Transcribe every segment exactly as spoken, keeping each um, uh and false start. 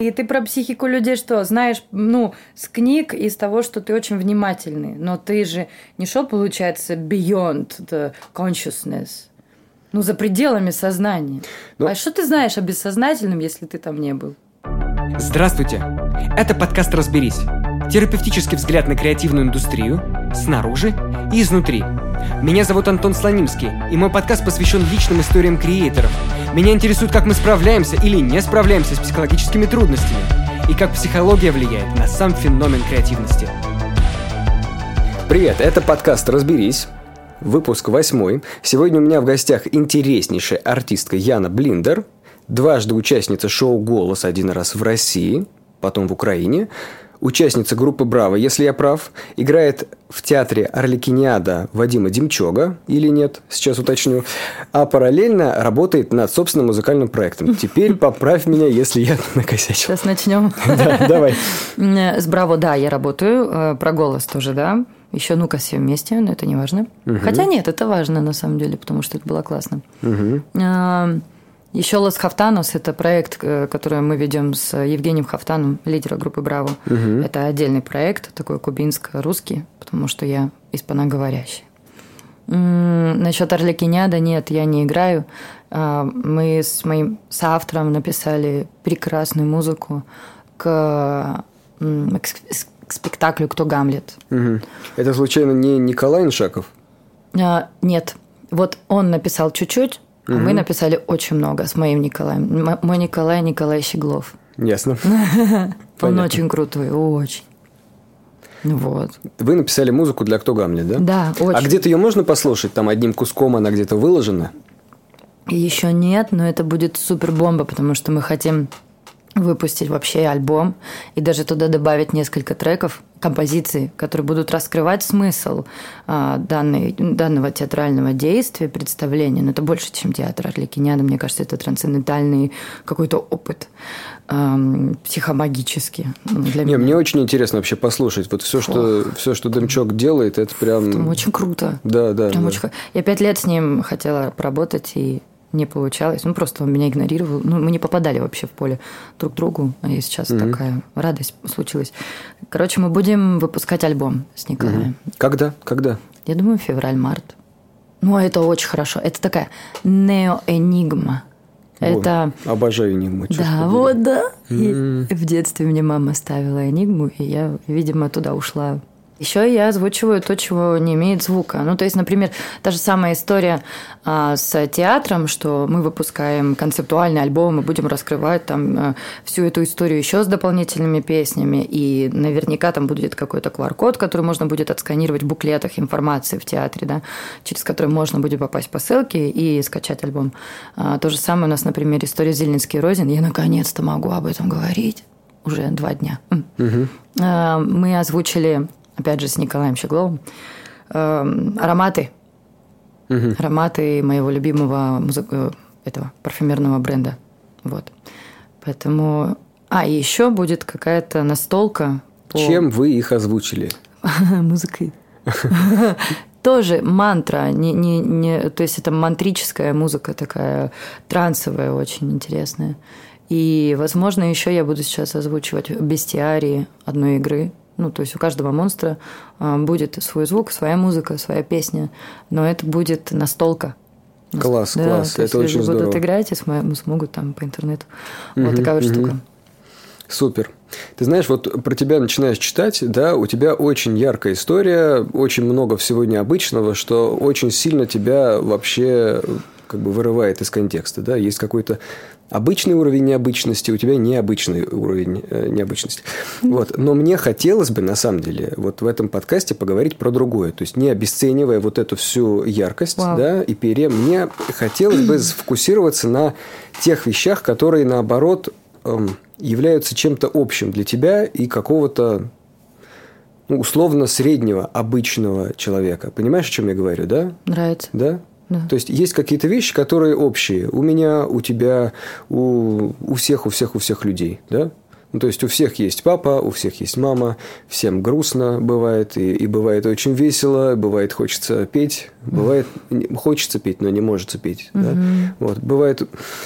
И ты про психику людей что, знаешь, ну, с книг и с того, что ты очень внимательный. Но ты же не шел, получается, beyond the consciousness. Ну, за пределами сознания. Ну, а что ты знаешь о бессознательном, если ты там не был? Здравствуйте! Это подкаст «Разберись». Терапевтический взгляд на креативную индустрию снаружи и изнутри. Меня зовут Антон Слонимский, и мой подкаст посвящен личным историям креаторов. Меня интересует, как мы справляемся или не справляемся с психологическими трудностями, и как психология влияет на сам феномен креативности. Привет, это подкаст «Разберись». Выпуск восьмой. Сегодня у меня в гостях интереснейшая артистка Яна Блиндер, дважды участница шоу «Голос», один раз в России, потом в Украине, участница группы «Браво», если я прав, играет в театре «Арлекиниада» Вадима Демчога, или нет, сейчас уточню, а параллельно работает над собственным музыкальным проектом. Теперь поправь меня, если я накосячил. Сейчас начнем. Да, давай. С «Браво», да, я работаю, про «Голос» тоже, да. Еще «Ну-ка, все вместе», но это не важно. Угу. Хотя нет, это важно на самом деле, потому что это было классно. Угу. Еще «Лос Хафтанос» – это проект, который мы ведем с Евгением Хафтаном, лидером группы «Браво». Угу. Это отдельный проект, такой кубинско-русский, потому что я испаноговорящий. Насчет «Арлекиниада» нет, я не играю. Мы с моим соавтором написали прекрасную музыку к, к спектаклю «Кто Гамлет?». Угу. Это, случайно, не Николай Иншаков? А, нет. Вот он написал чуть-чуть, а угу. мы написали очень много с моим Николаем. М- мой Николай Николай Щеглов. Ясно. Он очень крутой, очень. Вот. Вы написали музыку для «Кто Гамлет?», да? Да, очень. А где-то ее можно послушать? Там одним куском она где-то выложена? Еще нет, но это будет супер бомба, потому что мы хотим выпустить вообще альбом и даже туда добавить несколько треков, композиций, которые будут раскрывать смысл а, данной, данного театрального действия, представления. Но это больше, чем театр Арлекиниада. Мне кажется, это трансцендентальный какой-то опыт эм, психомагический. Для Не, меня. Мне очень интересно вообще послушать. Вот все, что, все, что Демчог делает, это прям... Там очень круто. Да, да. Прям да. очень... Я пять лет с ним хотела поработать, и не получалось. Ну, просто он меня игнорировал. Ну, мы не попадали вообще в поле друг к другу. И сейчас mm-hmm. такая радость случилась. Короче, мы будем выпускать альбом с Николаем. Mm-hmm. Когда? Когда? Я думаю, февраль-март. Ну, это очень хорошо. Это такая неоэнигма. Это... Обожаю энигму. Да, вот, да. Mm-hmm. И в детстве мне мама ставила энигму, и я, видимо, туда ушла. Еще я озвучиваю то, чего не имеет звука. Ну, то есть, например, та же самая история а, с театром, что мы выпускаем концептуальный альбом и будем раскрывать там а, всю эту историю еще с дополнительными песнями, и наверняка там будет какой-то ку ар-код, который можно будет отсканировать в буклетах информации в театре, да, через который можно будет попасть по ссылке и скачать альбом. А, то же самое у нас, например, история «Зеленский и Розин». Я наконец-то могу об этом говорить. Уже два дня. Угу. А, мы озвучили... опять же, с Николаем Щегловым, э, ароматы. Угу. Ароматы моего любимого музык... этого парфюмерного бренда. Вот. Поэтому... А, и еще будет какая-то настолка. По... Чем вы их озвучили? Музыкой. Тоже мантра. Не, не, не... То есть, это мантрическая музыка такая, трансовая, очень интересная. И, возможно, еще я буду сейчас озвучивать бестиарии одной игры. Ну, то есть у каждого монстра будет свой звук, своя музыка, своя песня, но это будет настолка. Класс, да, класс, это очень люди здорово. Будут играть и смогут там по интернету. Угу, вот такая вот угу. штука. Супер. Ты знаешь, вот про тебя начинаешь читать, да, у тебя очень яркая история, очень много всего необычного, что очень сильно тебя вообще как бы вырывает из контекста, да, есть какой-то обычный уровень необычности, у тебя необычный уровень э, необычности. Вот. Но мне хотелось бы, на самом деле, вот в этом подкасте поговорить про другое. То есть, не обесценивая вот эту всю яркость, да, и перья, мне хотелось бы сфокусироваться на тех вещах, которые, наоборот, эм, являются чем-то общим для тебя и какого-то, ну, условно среднего, обычного человека. Понимаешь, о чем я говорю, да? Нравится. Да? Да. То есть, есть какие-то вещи, которые общие. У меня, у тебя, у, у всех, у всех, у всех людей, да? Ну, то есть, у всех есть папа, у всех есть мама, всем грустно бывает, и, и бывает очень весело, бывает хочется петь, бывает хочется петь, но не может петь, mm-hmm. да? Вот, бывает...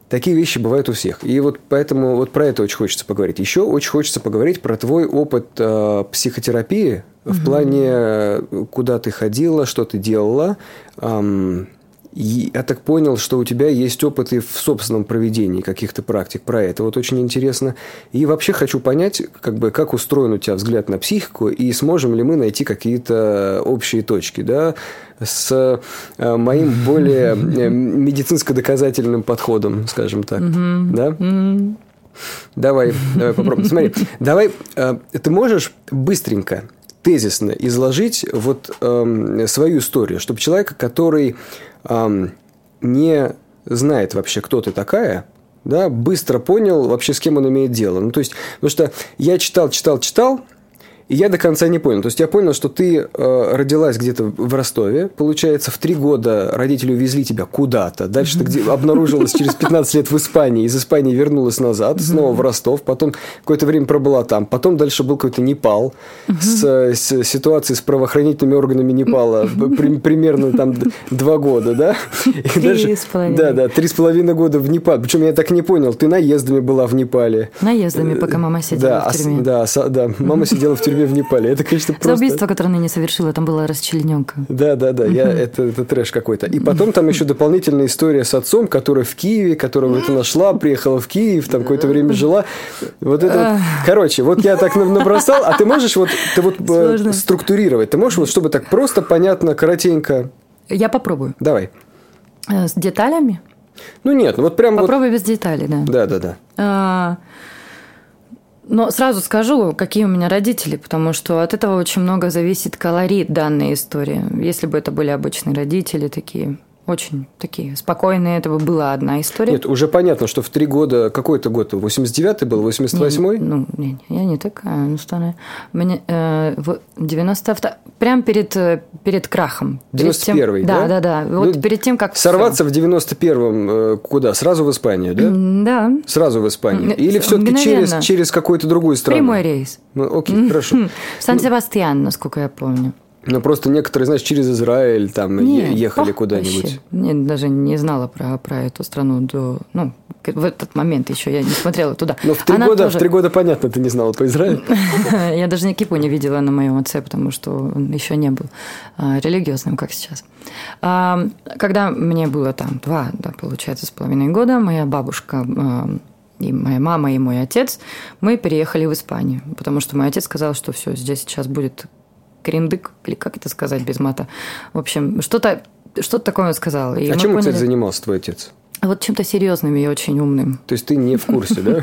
Такие вещи бывают у всех. И вот поэтому вот про это очень хочется поговорить. Еще очень хочется поговорить про твой опыт э, психотерапии угу. в плане, куда ты ходила, что ты делала. Эм, и я так понял, что у тебя есть опыт и в собственном проведении каких-то практик. Про это вот очень интересно. И вообще хочу понять, как бы, как устроен у тебя взгляд на психику, и сможем ли мы найти какие-то общие точки, да, с э, моим более э, медицинско-доказательным подходом, скажем так. Mm-hmm. Да? Mm-hmm. Давай, давай попробуем. Смотри, давай, э, ты можешь быстренько, тезисно изложить вот э, свою историю, чтобы человек, который э, не знает вообще, кто ты такая, да, быстро понял вообще, с кем он имеет дело. Ну, то есть, потому что я читал, читал, читал, и я до конца не понял. То есть, я понял, что ты э, родилась где-то в Ростове. Получается, в три года родители увезли тебя куда-то. Дальше mm-hmm. ты где- обнаружилась через пятнадцать лет в Испании. Из Испании вернулась назад, mm-hmm. снова в Ростов. Потом какое-то время пробыла там. Потом дальше был какой-то Непал. Mm-hmm. С, с ситуацией с правоохранительными органами Непала. Mm-hmm. При, примерно там два года, да? Три с половиной. Да, да, три с половиной года в Непале. Причем я так не понял. Ты наездами была в Непале. Наездами, пока мама сидела да, в тюрьме. Да, да, мама сидела в тюрьме в Непале. Это, конечно, просто... За убийство, которое она не совершила, там была расчлененка. Да, да, да, я, это, это трэш какой-то. И потом там еще дополнительная история с отцом, который в Киеве, которого ты нашла, приехала в Киев, там какое-то время жила. Вот это вот. Короче, вот я так набросал, а ты можешь вот, ты вот структурировать? Ты можешь вот, чтобы так просто, понятно, коротенько? Я попробую. Давай. С деталями? Ну нет, ну вот прям Попробуй вот... без деталей, да. Да, да, да. А... Но сразу скажу, какие у меня родители, потому что от этого очень много зависит колорит данной истории. Если бы это были обычные родители, такие очень такие спокойные, это бы была одна история. Нет, уже понятно, что в три года, какой-то год, восемьдесят девятый был, восемьдесят восьмой? Не, ну, не, я не такая, ну что, мне, э, в девяносто втором, прям перед, перед крахом. девяносто первый, да? Да, да, да, вот ну, перед тем, как... Сорваться всё. В девяносто первом э, куда? Сразу в Испанию, да? Да. Сразу в Испанию? Или все-таки через, через какую-то другую страну? Прямой рейс. Ну, окей, хорошо. Сан-Себастьян, насколько я помню. Ну, просто некоторые, знаешь, через Израиль там Нет, ехали ох, куда-нибудь. Я даже не знала про, про эту страну до... Ну, в этот момент еще я не смотрела туда. Ну, в три, года, тоже... в три года, понятно, ты не знала про Израиль. Я даже никипу не видела на моем отце, потому что он еще не был религиозным, как сейчас. Когда мне было там два, да, получается, с половиной года, моя бабушка... И моя мама, и мой отец, мы переехали в Испанию, потому что мой отец сказал, что все, здесь сейчас будет крендык, или как это сказать без мата. В общем, что-то, что-то такое он сказал. И а чем, поняли... кстати, занимался твой отец? Вот чем-то серьезным и очень умным. То есть ты не в курсе, да?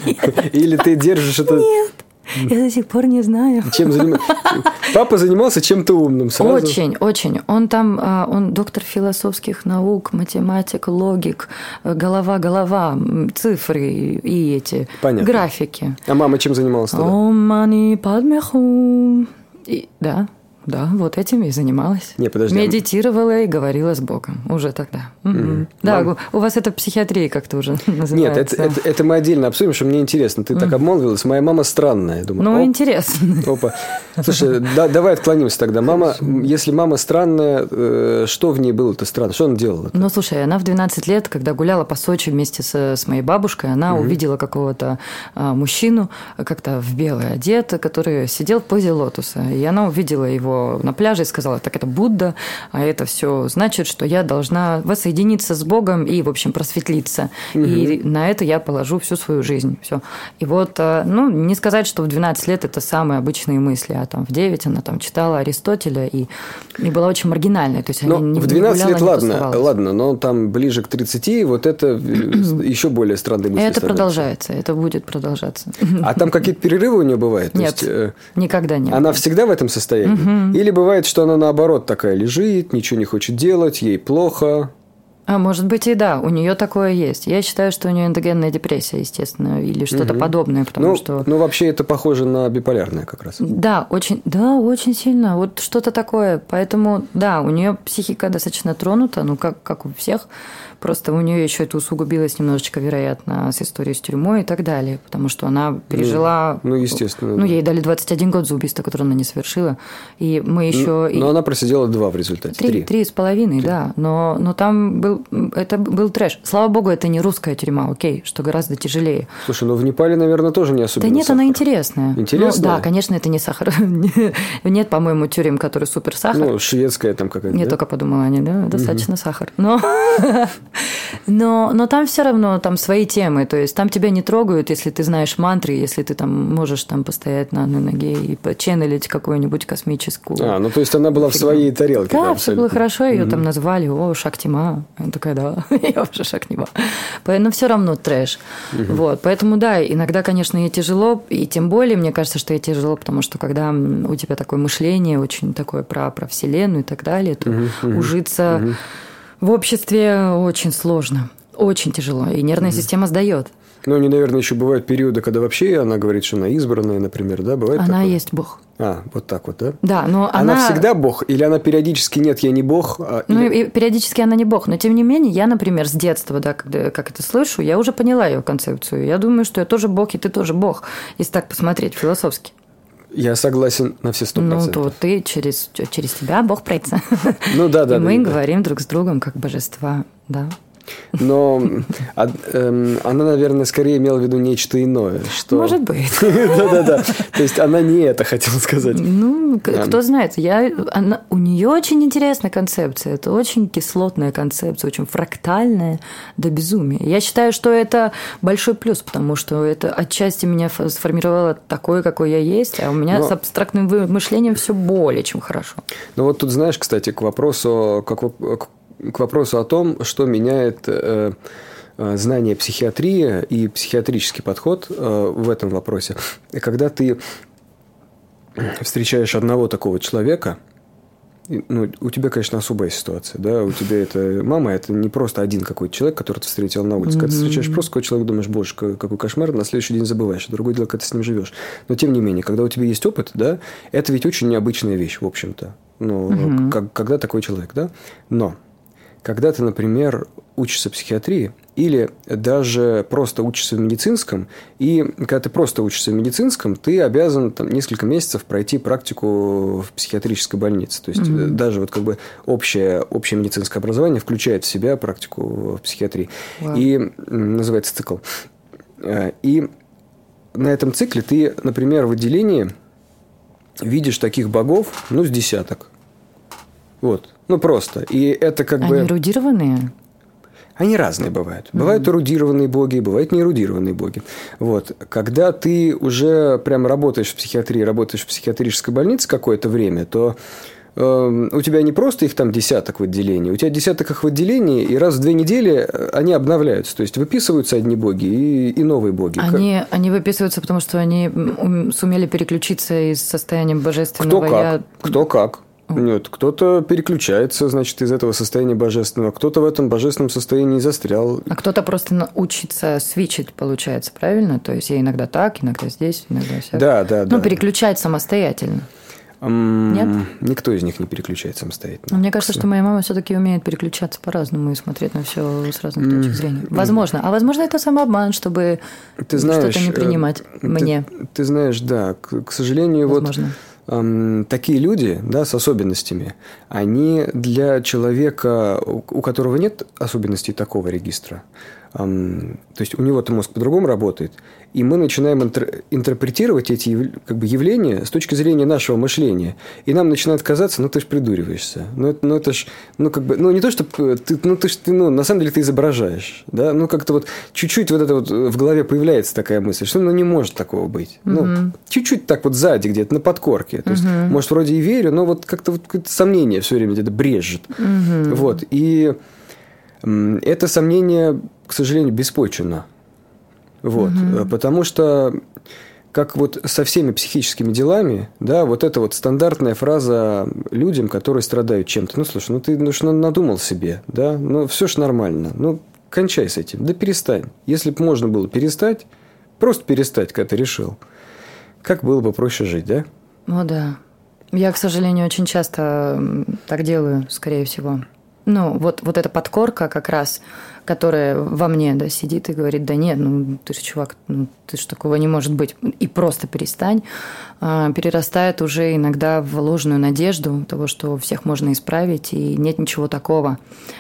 Или ты держишь это... Нет. Я до сих пор не знаю. Чем заним... Папа занимался чем-то умным сразу? Очень, очень. Он там, он доктор философских наук, математик, логик, голова, голова, цифры и эти Понятно. Графики. А мама чем занималась тогда? Ом мани падмеху. И, да, да, вот этим и занималась. Не, подожди. Медитировала и говорила с Богом уже тогда. Mm-hmm. Да, Мам... у вас это психиатрия как-то уже называется. Нет, это, это, это мы отдельно обсудим, что мне интересно. Ты mm. так обмолвилась, моя мама странная. Думаю, ну, оп, интересно. Опа. Слушай, да, давай отклонимся тогда. Мама, если мама странная, э, что в ней было-то странно? Что она делала? Ну, слушай, она в двенадцать лет, когда гуляла по Сочи вместе с, с моей бабушкой, она mm-hmm. увидела какого-то а, мужчину, как-то в белое одет, который сидел в позе лотоса. И она увидела его на пляже и сказала, так это Будда, а это все значит, что я должна воссоединиться с Богом и, в общем, просветлиться. Угу. И на это я положу всю свою жизнь. Все. И вот, ну, не сказать, что в двенадцать лет это самые обычные мысли, а там в девять она там читала Аристотеля и, и была очень маргинальной. То есть но не, в двенадцать не гуляла, лет, ладно, ладно, но там ближе к тридцати вот это еще более странные мысли. Это продолжается, это будет продолжаться. А там какие-то перерывы у нее бывают? Нет, есть, никогда нет. Она всегда в этом состоянии? Угу. Или бывает, что она наоборот такая лежит, ничего не хочет делать, ей плохо? А может быть и да, у нее такое есть. Я считаю, что у нее эндогенная депрессия, естественно, или что-то угу. подобное, потому ну, что... Ну, вообще это похоже на биполярное как раз. Да, очень, да, очень сильно. Вот что-то такое. Поэтому, да, у нее психика достаточно тронута, ну, как, как у всех. Просто у нее еще это усугубилось немножечко, вероятно, с историей с тюрьмой и так далее, потому что она пережила... Ну, ну естественно. Ну, да. Ей дали двадцать один год за убийство, которое она не совершила. И мы еще... Но, и... но она просидела два в результате. Три, три. Три с половиной, три. Да. Но, но там был что это был трэш. Слава богу, это не русская тюрьма, окей, что гораздо тяжелее. Слушай, ну в Непале, наверное, тоже не особенно Да нет, сахар. Она интересная. Интересная? Ну, да, конечно, это не сахар. Нет, по-моему, тюрем, которые супер сахар. Ну, шведская там какая-то. Я да? только подумала, они, да, достаточно угу. сахар. Но, но, но там все равно там свои темы. То есть там тебя не трогают, если ты знаешь мантры, если ты там можешь там постоять на одной ноге и поченнелить какую-нибудь космическую. А, ну то есть она была в своей тарелке. Да, да, все было хорошо, ее угу. там назвали, о, Шактима. Я такая, да, я уже Шактима. Но все равно трэш. Угу. Вот, поэтому, да, иногда, конечно, ей тяжело, и тем более, мне кажется, что ей тяжело, потому что когда у тебя такое мышление, очень такое про, про Вселенную и так далее, то угу. ужиться угу. в обществе очень сложно, очень тяжело, и нервная угу. система сдает. Ну, они, наверное, еще бывают периоды, когда вообще она говорит, что она избранная, например, да? Бывает Она такое? есть Бог. А, вот так вот, да? Да, но она... Она всегда Бог? Или она периодически нет, я не Бог? А... Ну, или... и периодически она не Бог. Но, тем не менее, я, например, с детства, да, когда как это слышу, я уже поняла ее концепцию. Я думаю, что я тоже Бог, и ты тоже Бог, если так посмотреть философски. Я согласен на все сто процентов. Ну, то ты через, через тебя Бог проявится. Ну, да, да. И мы да, говорим да. друг с другом как божества, да. Но а, эм, она, наверное, скорее имела в виду нечто иное. Что... Может быть. Да-да-да. То есть она не это хотела сказать. Ну, кто знает. Я... Она... У нее очень интересная концепция. Это очень кислотная концепция, очень фрактальная до безумия. Я считаю, что это большой плюс, потому что это отчасти меня сформировало такое, какой я есть, а у меня Но... с абстрактным мышлением все более чем хорошо. Ну вот тут, знаешь, кстати, к вопросу, как к вопросу о том, что меняет э, э, знание психиатрии и психиатрический подход э, в этом вопросе. И когда ты встречаешь одного такого человека, ну, у тебя, конечно, особая ситуация, да, у тебя это мама, это не просто один какой-то человек, которого ты встретил на улице. Mm-hmm. Когда ты встречаешь просто какой-то человек, думаешь, боже, какой кошмар, на следующий день забываешь. Другое дело, когда ты с ним живешь. Но, тем не менее, когда у тебя есть опыт, да, это ведь очень необычная вещь, в общем-то. Ну, mm-hmm. как, когда такой человек, да. Но когда ты, например, учишься психиатрии или даже просто учишься в медицинском, и когда ты просто учишься в медицинском, ты обязан там, несколько месяцев пройти практику в психиатрической больнице. То есть, mm-hmm. даже вот как бы общее, общее медицинское образование включает в себя практику в психиатрии. Wow. И называется цикл. И на этом цикле ты, например, в отделении видишь таких богов, ну, с десяток. Вот. Ну, просто. И это как Они бы... Они эрудированные? Они разные бывают. Бывают mm-hmm. эрудированные боги, бывают неэрудированные боги. Вот. Когда ты уже прям работаешь в психиатрии, работаешь в психиатрической больнице какое-то время, то э, у тебя не просто их там десяток в отделении, у тебя десяток их в отделении, и раз в две недели они обновляются. То есть, выписываются одни боги и, и новые боги. Они, как... они выписываются, потому что они сумели переключиться из состояния божественного... Кто как? Я... Кто как? Нет, кто-то переключается, значит, из этого состояния божественного, кто-то в этом божественном состоянии застрял. А кто-то просто учится свитчить, получается, правильно? То есть, я иногда так, иногда здесь, иногда сяк. Да, да, ну, да. Ну, переключать самостоятельно. Um, Нет? Никто из них не переключает самостоятельно. Но мне кажется, что моя мама все-таки умеет переключаться по-разному и смотреть на все с разных mm. точек зрения. Возможно. А возможно, это самообман, чтобы ты знаешь, что-то не принимать ты, мне. Ты знаешь, да, к, к сожалению, возможно. вот... Такие люди, да, с особенностями, они для человека, у которого нет особенностей такого регистра, то есть у него-то мозг по-другому работает, и мы начинаем интер- интерпретировать эти как бы, явления с точки зрения нашего мышления. И нам начинает казаться, ну, ты ж придуриваешься. Ну, это, ну, это ж, ну, как бы, ну, не то, что ты, ну, ты ж, ты, ну, на самом деле ты изображаешь, да, ну, как-то вот чуть-чуть вот это вот в голове появляется такая мысль, что, ну, не может такого быть. Mm-hmm. Ну, чуть-чуть так вот сзади где-то, на подкорке. То есть, mm-hmm. может, вроде и верю, но вот как-то вот какое-то сомнение все время где-то брежет. Mm-hmm. Вот, и м, это сомнение, к сожалению, беспочвенно. Вот, угу. Потому что, как вот со всеми психическими делами, да, вот эта вот стандартная фраза людям, которые страдают чем-то. Ну, слушай, ну ты ну, что надумал себе, да, ну все ж нормально, ну кончай с этим, да перестань. Если бы можно было перестать, просто перестать, когда ты решил, как было бы проще жить, да? Ну да. Я, к сожалению, очень часто так делаю, скорее всего. Ну, вот, вот эта подкорка как раз, которая во мне, да, сидит и говорит, да нет, ну, ты же, чувак, ну, ты же такого не может быть, и просто перестань, перерастает уже иногда в ложную надежду того, что всех можно исправить, и нет ничего такого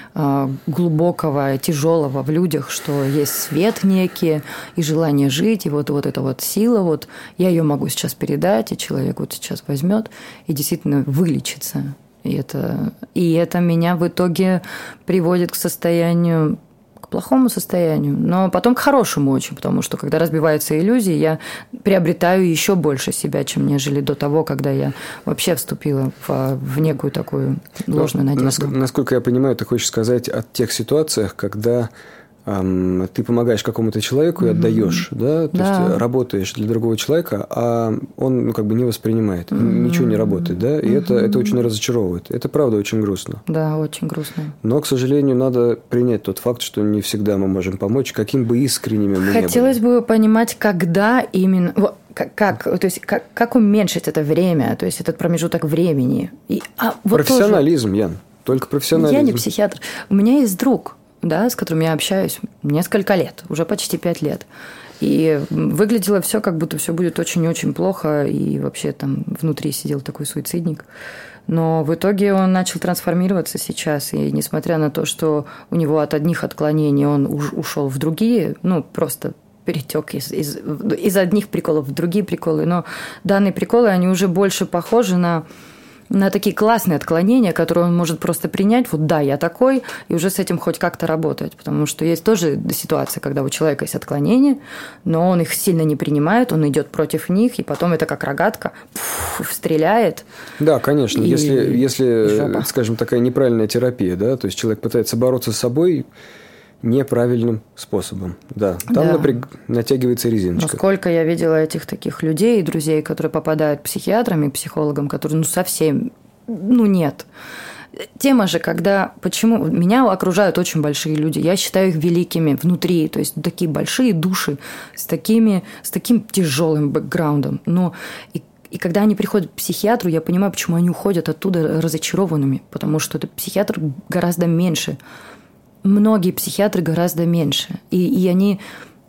глубокого, тяжелого в людях, что есть свет некий, и желание жить, и вот, вот эта вот сила, вот я ее могу сейчас передать, и человек вот сейчас возьмет и действительно вылечится. И это, и это меня в итоге приводит к состоянию, к плохому состоянию, но потом к хорошему очень, потому что когда разбиваются иллюзии, я приобретаю еще больше себя, чем нежели до того, когда я вообще вступила в, в некую такую ложную но, надежду. Насколько я понимаю, ты хочешь сказать о тех ситуациях, когда эм, ты помогаешь какому-то человеку и mm-hmm. отдаешь, да, то да. есть работаешь для другого человека, а он ну, как бы не воспринимает, mm-hmm. ничего не работает, да, и mm-hmm. это, это очень разочаровывает. Это правда очень грустно. Да, очень грустно. Но, к сожалению, надо принять тот факт, что не всегда мы можем помочь, каким бы искренними мы Хотелось не были. бы понять, когда именно... Как, как, то есть, как, как уменьшить это время, то есть этот промежуток времени. И, а вот профессионализм, тоже... Ян, только профессионализм. Я не психиатр. У меня есть друг, да, с которым я общаюсь несколько лет, уже почти пять лет. И выглядело все, как будто все будет очень-очень плохо, и вообще там внутри сидел такой суицидник. Но в итоге он начал трансформироваться сейчас, и несмотря на то, что у него от одних отклонений он ушел в другие, ну, просто перетек из, из, из одних приколов в другие приколы. Но данные приколы, они уже больше похожи на, на такие классные отклонения, которые он может просто принять. Вот да, я такой, и уже с этим хоть как-то работать. Потому что есть тоже ситуация, когда у человека есть отклонения, но он их сильно не принимает, он идет против них, и потом это как рогатка пфф, стреляет. Да, конечно. И, если, если скажем, такая неправильная терапия, да, то есть человек пытается бороться с собой неправильным способом. Да, там да. напряг... натягивается резиночка. Но сколько я видела этих таких людей и друзей, которые попадают к психиатрам и психологам, которые, ну, совсем, ну, нет. Тема же, когда... Почему? Меня окружают очень большие люди. Я считаю их великими внутри. То есть такие большие души с, такими, с таким тяжелым бэкграундом. Но и И когда они приходят к психиатру, я понимаю, почему они уходят оттуда разочарованными. Потому что этот психиатр гораздо меньше. Многие психиатры гораздо меньше. И, и они...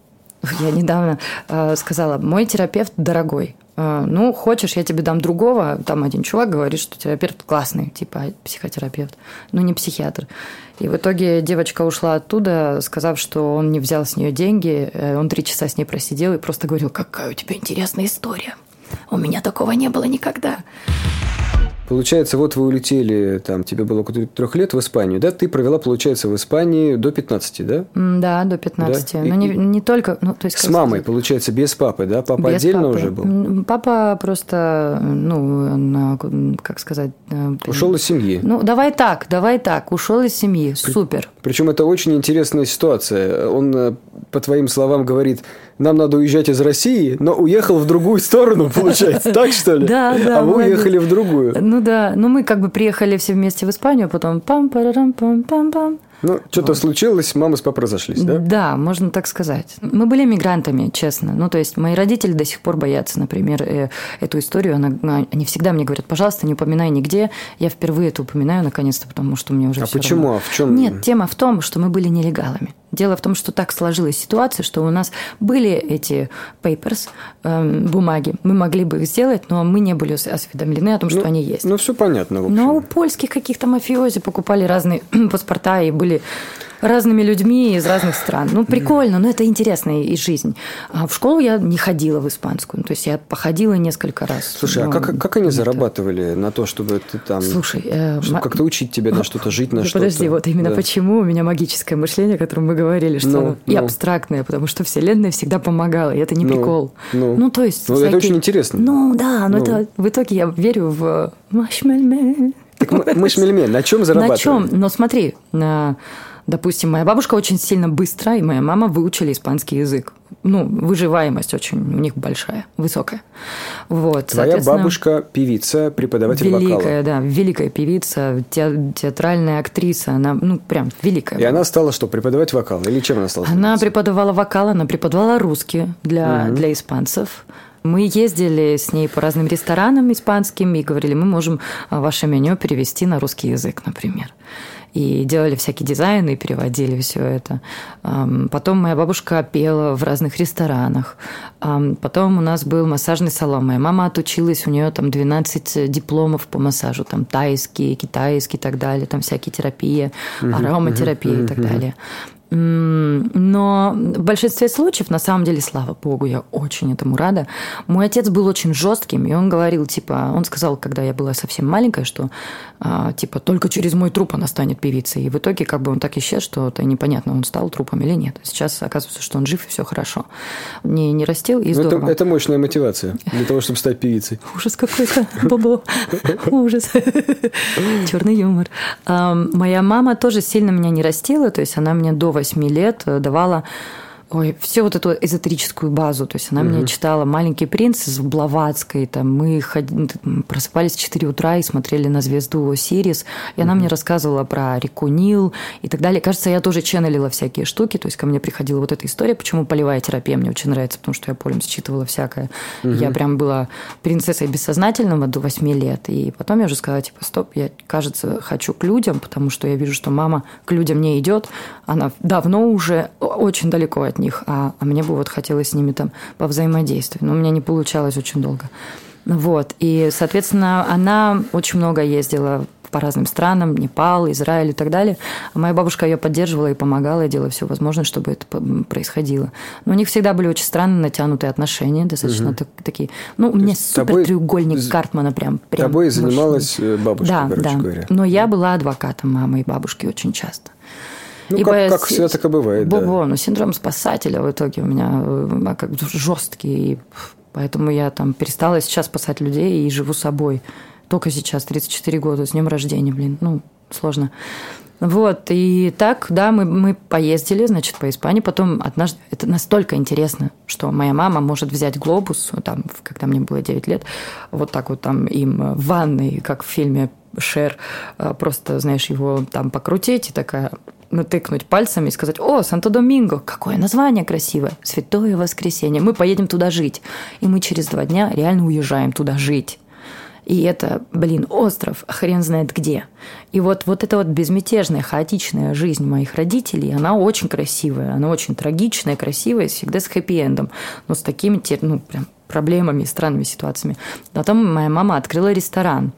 Я недавно э, сказала, мой терапевт дорогой. Э, ну, хочешь, я тебе дам другого. Там один чувак говорит, что терапевт классный, типа психотерапевт, но не психиатр. И в итоге девочка ушла оттуда, сказав, что он не взял с нее деньги. Он три часа с ней просидел и просто говорил, какая у тебя интересная история. У меня такого не было никогда. Получается, вот вы улетели, там, тебе было около трех лет в Испанию, да? Ты провела, получается, в Испании до пятнадцати, да? Да, до пятнадцати. Да? Но и, не, не только... Ну, то есть, с мамой, сказать? Получается, без папы, да? Папа без отдельно папы. Уже был? Папа просто, ну, как сказать... Ушел из семьи. Ну, давай так, давай так, ушел из семьи, супер. Причем это очень интересная ситуация. Он, по твоим словам, говорит... Нам надо уезжать из России, но уехал в другую сторону, получается. Так, что ли? Да, да. А вы уехали в другую. Ну да. Ну, мы как бы приехали все вместе в Испанию, потом пам-парам-пам-пам-пам. Ну, что-то вот. Случилось, мама с папой разошлись, да? Да, можно так сказать. Мы были мигрантами, честно. Ну, то есть, мои родители до сих пор боятся, например, э, эту историю. Она, они всегда мне говорят, пожалуйста, не упоминай нигде. Я впервые это упоминаю, наконец-то, потому что мне уже а все почему? равно. А в чем? Нет, тема в том, что мы были нелегалами. Дело в том, что так сложилась ситуация, что у нас были эти papers, э, бумаги. Мы могли бы их сделать, но мы не были осведомлены о том, что ну, они есть. Ну, все понятно, в общем. Но у польских каких-то мафиози покупали разные паспорта и были разными людьми из разных стран. Ну, прикольно, но это интересная и жизнь. А в школу я не ходила в испанскую. То есть, я походила несколько раз. Слушай, но... а как, как они зарабатывали на то, чтобы ты там... Слушай... Э, чтобы как-то учить тебя на что-то, жить на что-то? Подожди, вот именно да. почему у меня магическое мышление, о котором мы говорили, что ну, и ну. абстрактное, потому что Вселенная всегда помогала, и это не ну, прикол. Ну, ну то есть... Ну, всякие... это очень интересно. Ну, да, но ну. это в итоге я верю в... Машмельме. Так машмельме, на чем зарабатывали? На чем? Но смотри, на... Допустим, моя бабушка очень сильно быстро, и моя мама выучили испанский язык. Ну, выживаемость очень у них большая, высокая. Вот, твоя бабушка певица, преподаватель великая, вокала. Великая, да, великая певица, театральная актриса. Она, ну, прям великая. И она стала что, преподавать вокал? Или чем она стала? Она заниматься? Преподавала вокал, она преподавала русский для, угу. для испанцев. Мы ездили с ней по разным ресторанам испанским и говорили, мы можем ваше меню перевести на русский язык, например. и делали всякие дизайны, и переводили все это. Потом моя бабушка пела в разных ресторанах. Потом у нас был массажный салон. Моя мама отучилась, у нее там двенадцать дипломов по массажу, там тайский, китайский и так далее, там всякие терапии, ароматерапия uh-huh, uh-huh, и так uh-huh. далее. Но в большинстве случаев, на самом деле, слава богу, я очень этому рада. Мой отец был очень жестким, и он говорил, типа, он сказал, когда я была совсем маленькая, что, типа, только через мой труп она станет певицей. И в итоге, как бы, он так исчез, что это непонятно, он стал трупом или нет. Сейчас оказывается, что он жив, и все хорошо. Не, не растил, и здорово. Это, это мощная мотивация для того, чтобы стать певицей. Ужас какой-то, бобо. Ужас. Черный юмор. Моя мама тоже сильно меня не растила, то есть она мне до восьми лет давала ой, всю вот эту эзотерическую базу. То есть она угу. мне читала «Маленький принц» из Блаватской. Там, мы ходили, просыпались в четыре утра и смотрели на звезду Осирис. И она угу. мне рассказывала про реку Нил и так далее. Кажется, я тоже ченнелила всякие штуки. То есть ко мне приходила вот эта история. Почему полевая терапия мне очень нравится? Потому что я полем считывала всякое. Угу. Я прям была принцессой бессознательного до восьми лет. И потом я уже сказала, типа, стоп, я, кажется, хочу к людям, потому что я вижу, что мама к людям не идет. Она давно уже очень далеко от них, а, а мне бы вот хотелось с ними там повзаимодействовать. Но у меня не получалось очень долго. Вот. И, соответственно, она очень много ездила по разным странам, Непал, Израиль и так далее. А моя бабушка ее поддерживала и помогала, и делала все возможное, чтобы это происходило. Но у них всегда были очень странные, натянутые отношения, достаточно угу. такие... Ну, у меня супер тобой... треугольник Картмана прям... прям тобой занималась бабушка, да, короче да. говоря. Но я была адвокатом мамы и бабушки очень часто. Ну, как, как всегда так и бывает, Бо-бо, да. но ну, синдром спасателя в итоге у меня как бы жесткий, и поэтому я там перестала сейчас спасать людей и живу собой. Только сейчас, тридцать четыре года, с днем рождения, блин, ну, сложно. Вот, и так, да, мы, мы поездили, значит, по Испании. Потом однажды, это настолько интересно, что моя мама может взять глобус, там, когда мне было девять лет, вот так вот там им в ванной, как в фильме «Шер», просто, знаешь, его там покрутить и такая... натыкнуть пальцами и сказать: «О, Санто-Доминго, какое название красивое, Святое Воскресенье, мы поедем туда жить». И мы через два дня реально уезжаем туда жить. И это, блин, остров, хрен знает где. И вот, вот эта вот безмятежная, хаотичная жизнь моих родителей, она очень красивая, она очень трагичная, красивая, всегда с хэппи-эндом, но с такими, ну, прям проблемами, странными ситуациями. Потом моя мама открыла ресторан,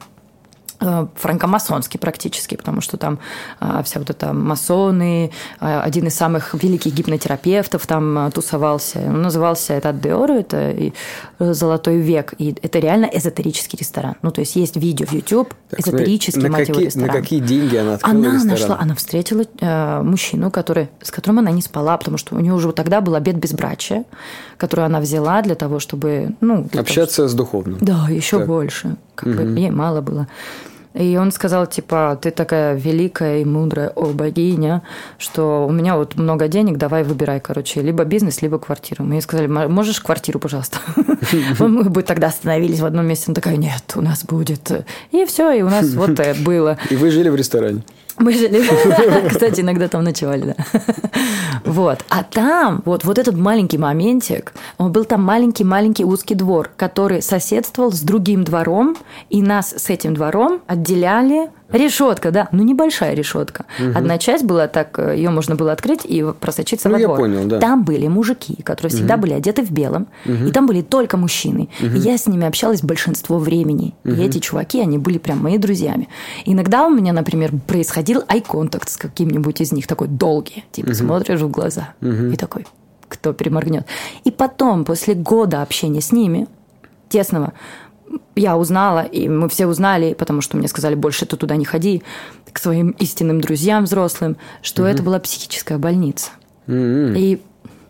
франкомасонский практически, потому что там а, вся вот эта масоны, а, один из самых великих гипнотерапевтов там а, тусовался. Он назывался «Этат де Оро», это и, «Золотой век», и это реально эзотерический ресторан. Ну, то есть есть видео в YouTube, так, эзотерический, на мать его, какие, ресторан. На какие деньги она открыла она ресторан? Нашла, она встретила э, мужчину, который, с которым она не спала, потому что у нее уже тогда был обет безбрачия, который она взяла для того, чтобы... Ну, общаться того, с духовным. Да, еще так. больше. Как угу. бы ей мало было. И он сказал, типа, ты такая великая и мудрая, о, богиня, что у меня вот много денег, давай выбирай, короче, либо бизнес, либо квартиру. Мы ей сказали: можешь квартиру, пожалуйста? Мы бы тогда остановились в одном месте. Она такая: нет, у нас будет. И все, и у нас вот было. И вы жили в ресторане? Мы жили, кстати, иногда там ночевали, да. Вот. А там, вот, вот этот маленький моментик, он был там маленький-маленький узкий двор, который соседствовал с другим двором, и нас с этим двором отделяли решетка, да, ну небольшая решетка. Угу. Одна часть была так, ее можно было открыть и просочиться ну, во двор. Я понял, да. Там были мужики, которые всегда угу. были одеты в белом, угу. и там были только мужчины. Угу. И я с ними общалась большинство времени. Угу. И эти чуваки, они были прям моими друзьями. Иногда у меня, например, происходил ай-контакт с каким-нибудь из них, такой долгий, типа угу. смотришь в глаза угу. и такой, кто переморгнет. И потом, после года общения с ними, тесного, я узнала, и мы все узнали, потому что мне сказали: больше ты туда не ходи, к своим истинным друзьям взрослым, что mm-hmm. это была психическая больница. Mm-hmm. И,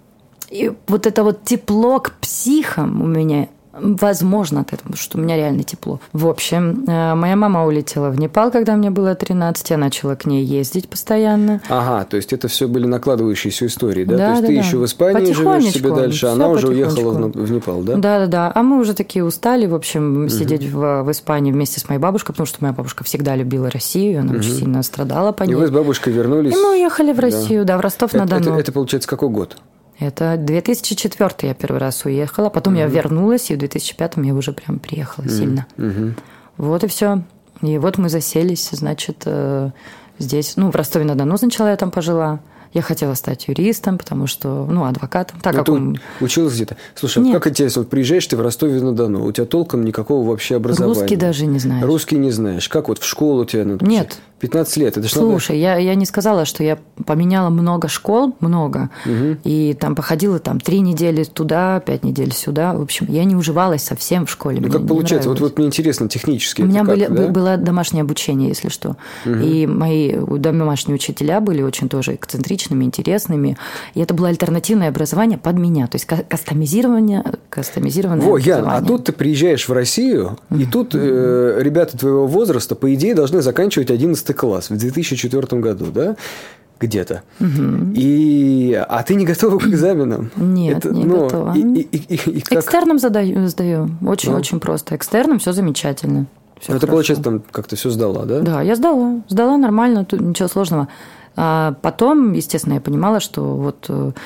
и вот это вот тепло к психам у меня возможно от этого, потому что у меня реально тепло. В общем, моя мама улетела в Непал, когда мне было тринадцать, я начала к ней ездить постоянно. Ага, то есть это все были накладывающиеся истории, да? да то есть да, ты да. еще в Испании живешь себе дальше, а она уже уехала в, в Непал, да? Да, да, да. А мы уже такие устали, в общем, угу. сидеть в, в Испании вместе с моей бабушкой, потому что моя бабушка всегда любила Россию, она угу. очень сильно страдала по ней. И вы с бабушкой вернулись? И мы уехали в Россию, да, да в Ростов-на-Дону. Это, это, это получается какой год? Это две тысячи четвёртый я первый раз уехала, потом mm-hmm. я вернулась, и в две тысячи пятом я уже прям приехала mm-hmm. сильно. Mm-hmm. Вот и все. И вот мы заселись, значит, здесь, ну, в Ростове-на-Дону сначала я там пожила. Я хотела стать юристом, потому что, ну, адвокатом. Так Но как ты он... училась где-то? Слушай, Нет. а как интересно, вот приезжаешь ты в Ростове-на-Дону, у тебя толком никакого вообще образования. Русский даже не знаешь. Русский не знаешь. Как вот в школу тебя... Ну, Нет. пятнадцать лет, это что? Слушай, я, я не сказала, что я поменяла много школ, много, угу. и там походила там три недели туда, пять недель сюда. В общем, я не уживалась совсем в школе. Ну, мне как получается? Вот, вот мне интересно технически. У меня как, были, да? было домашнее обучение, если что. Угу. И мои домашние учителя были очень тоже эксцентричными, интересными. И это было альтернативное образование под меня. То есть кастомизирование, кастомизированное Во, образование. Ян, а тут ты приезжаешь в Россию, и тут э, ребята твоего возраста, по идее, должны заканчивать одиннадцатый класс в две тысячи четвёртом году, да? Где-то. Угу. И... А ты не готова к экзаменам? Нет, это, не ну, готова. И, и, и, и как... Экстерном задаю, сдаю. Очень-очень ну. просто. Экстерном все замечательно. Ну, ты, получается, там как-то все сдала, да? Да, я сдала. Сдала нормально, тут ничего сложного. А потом, естественно, я понимала, что вот...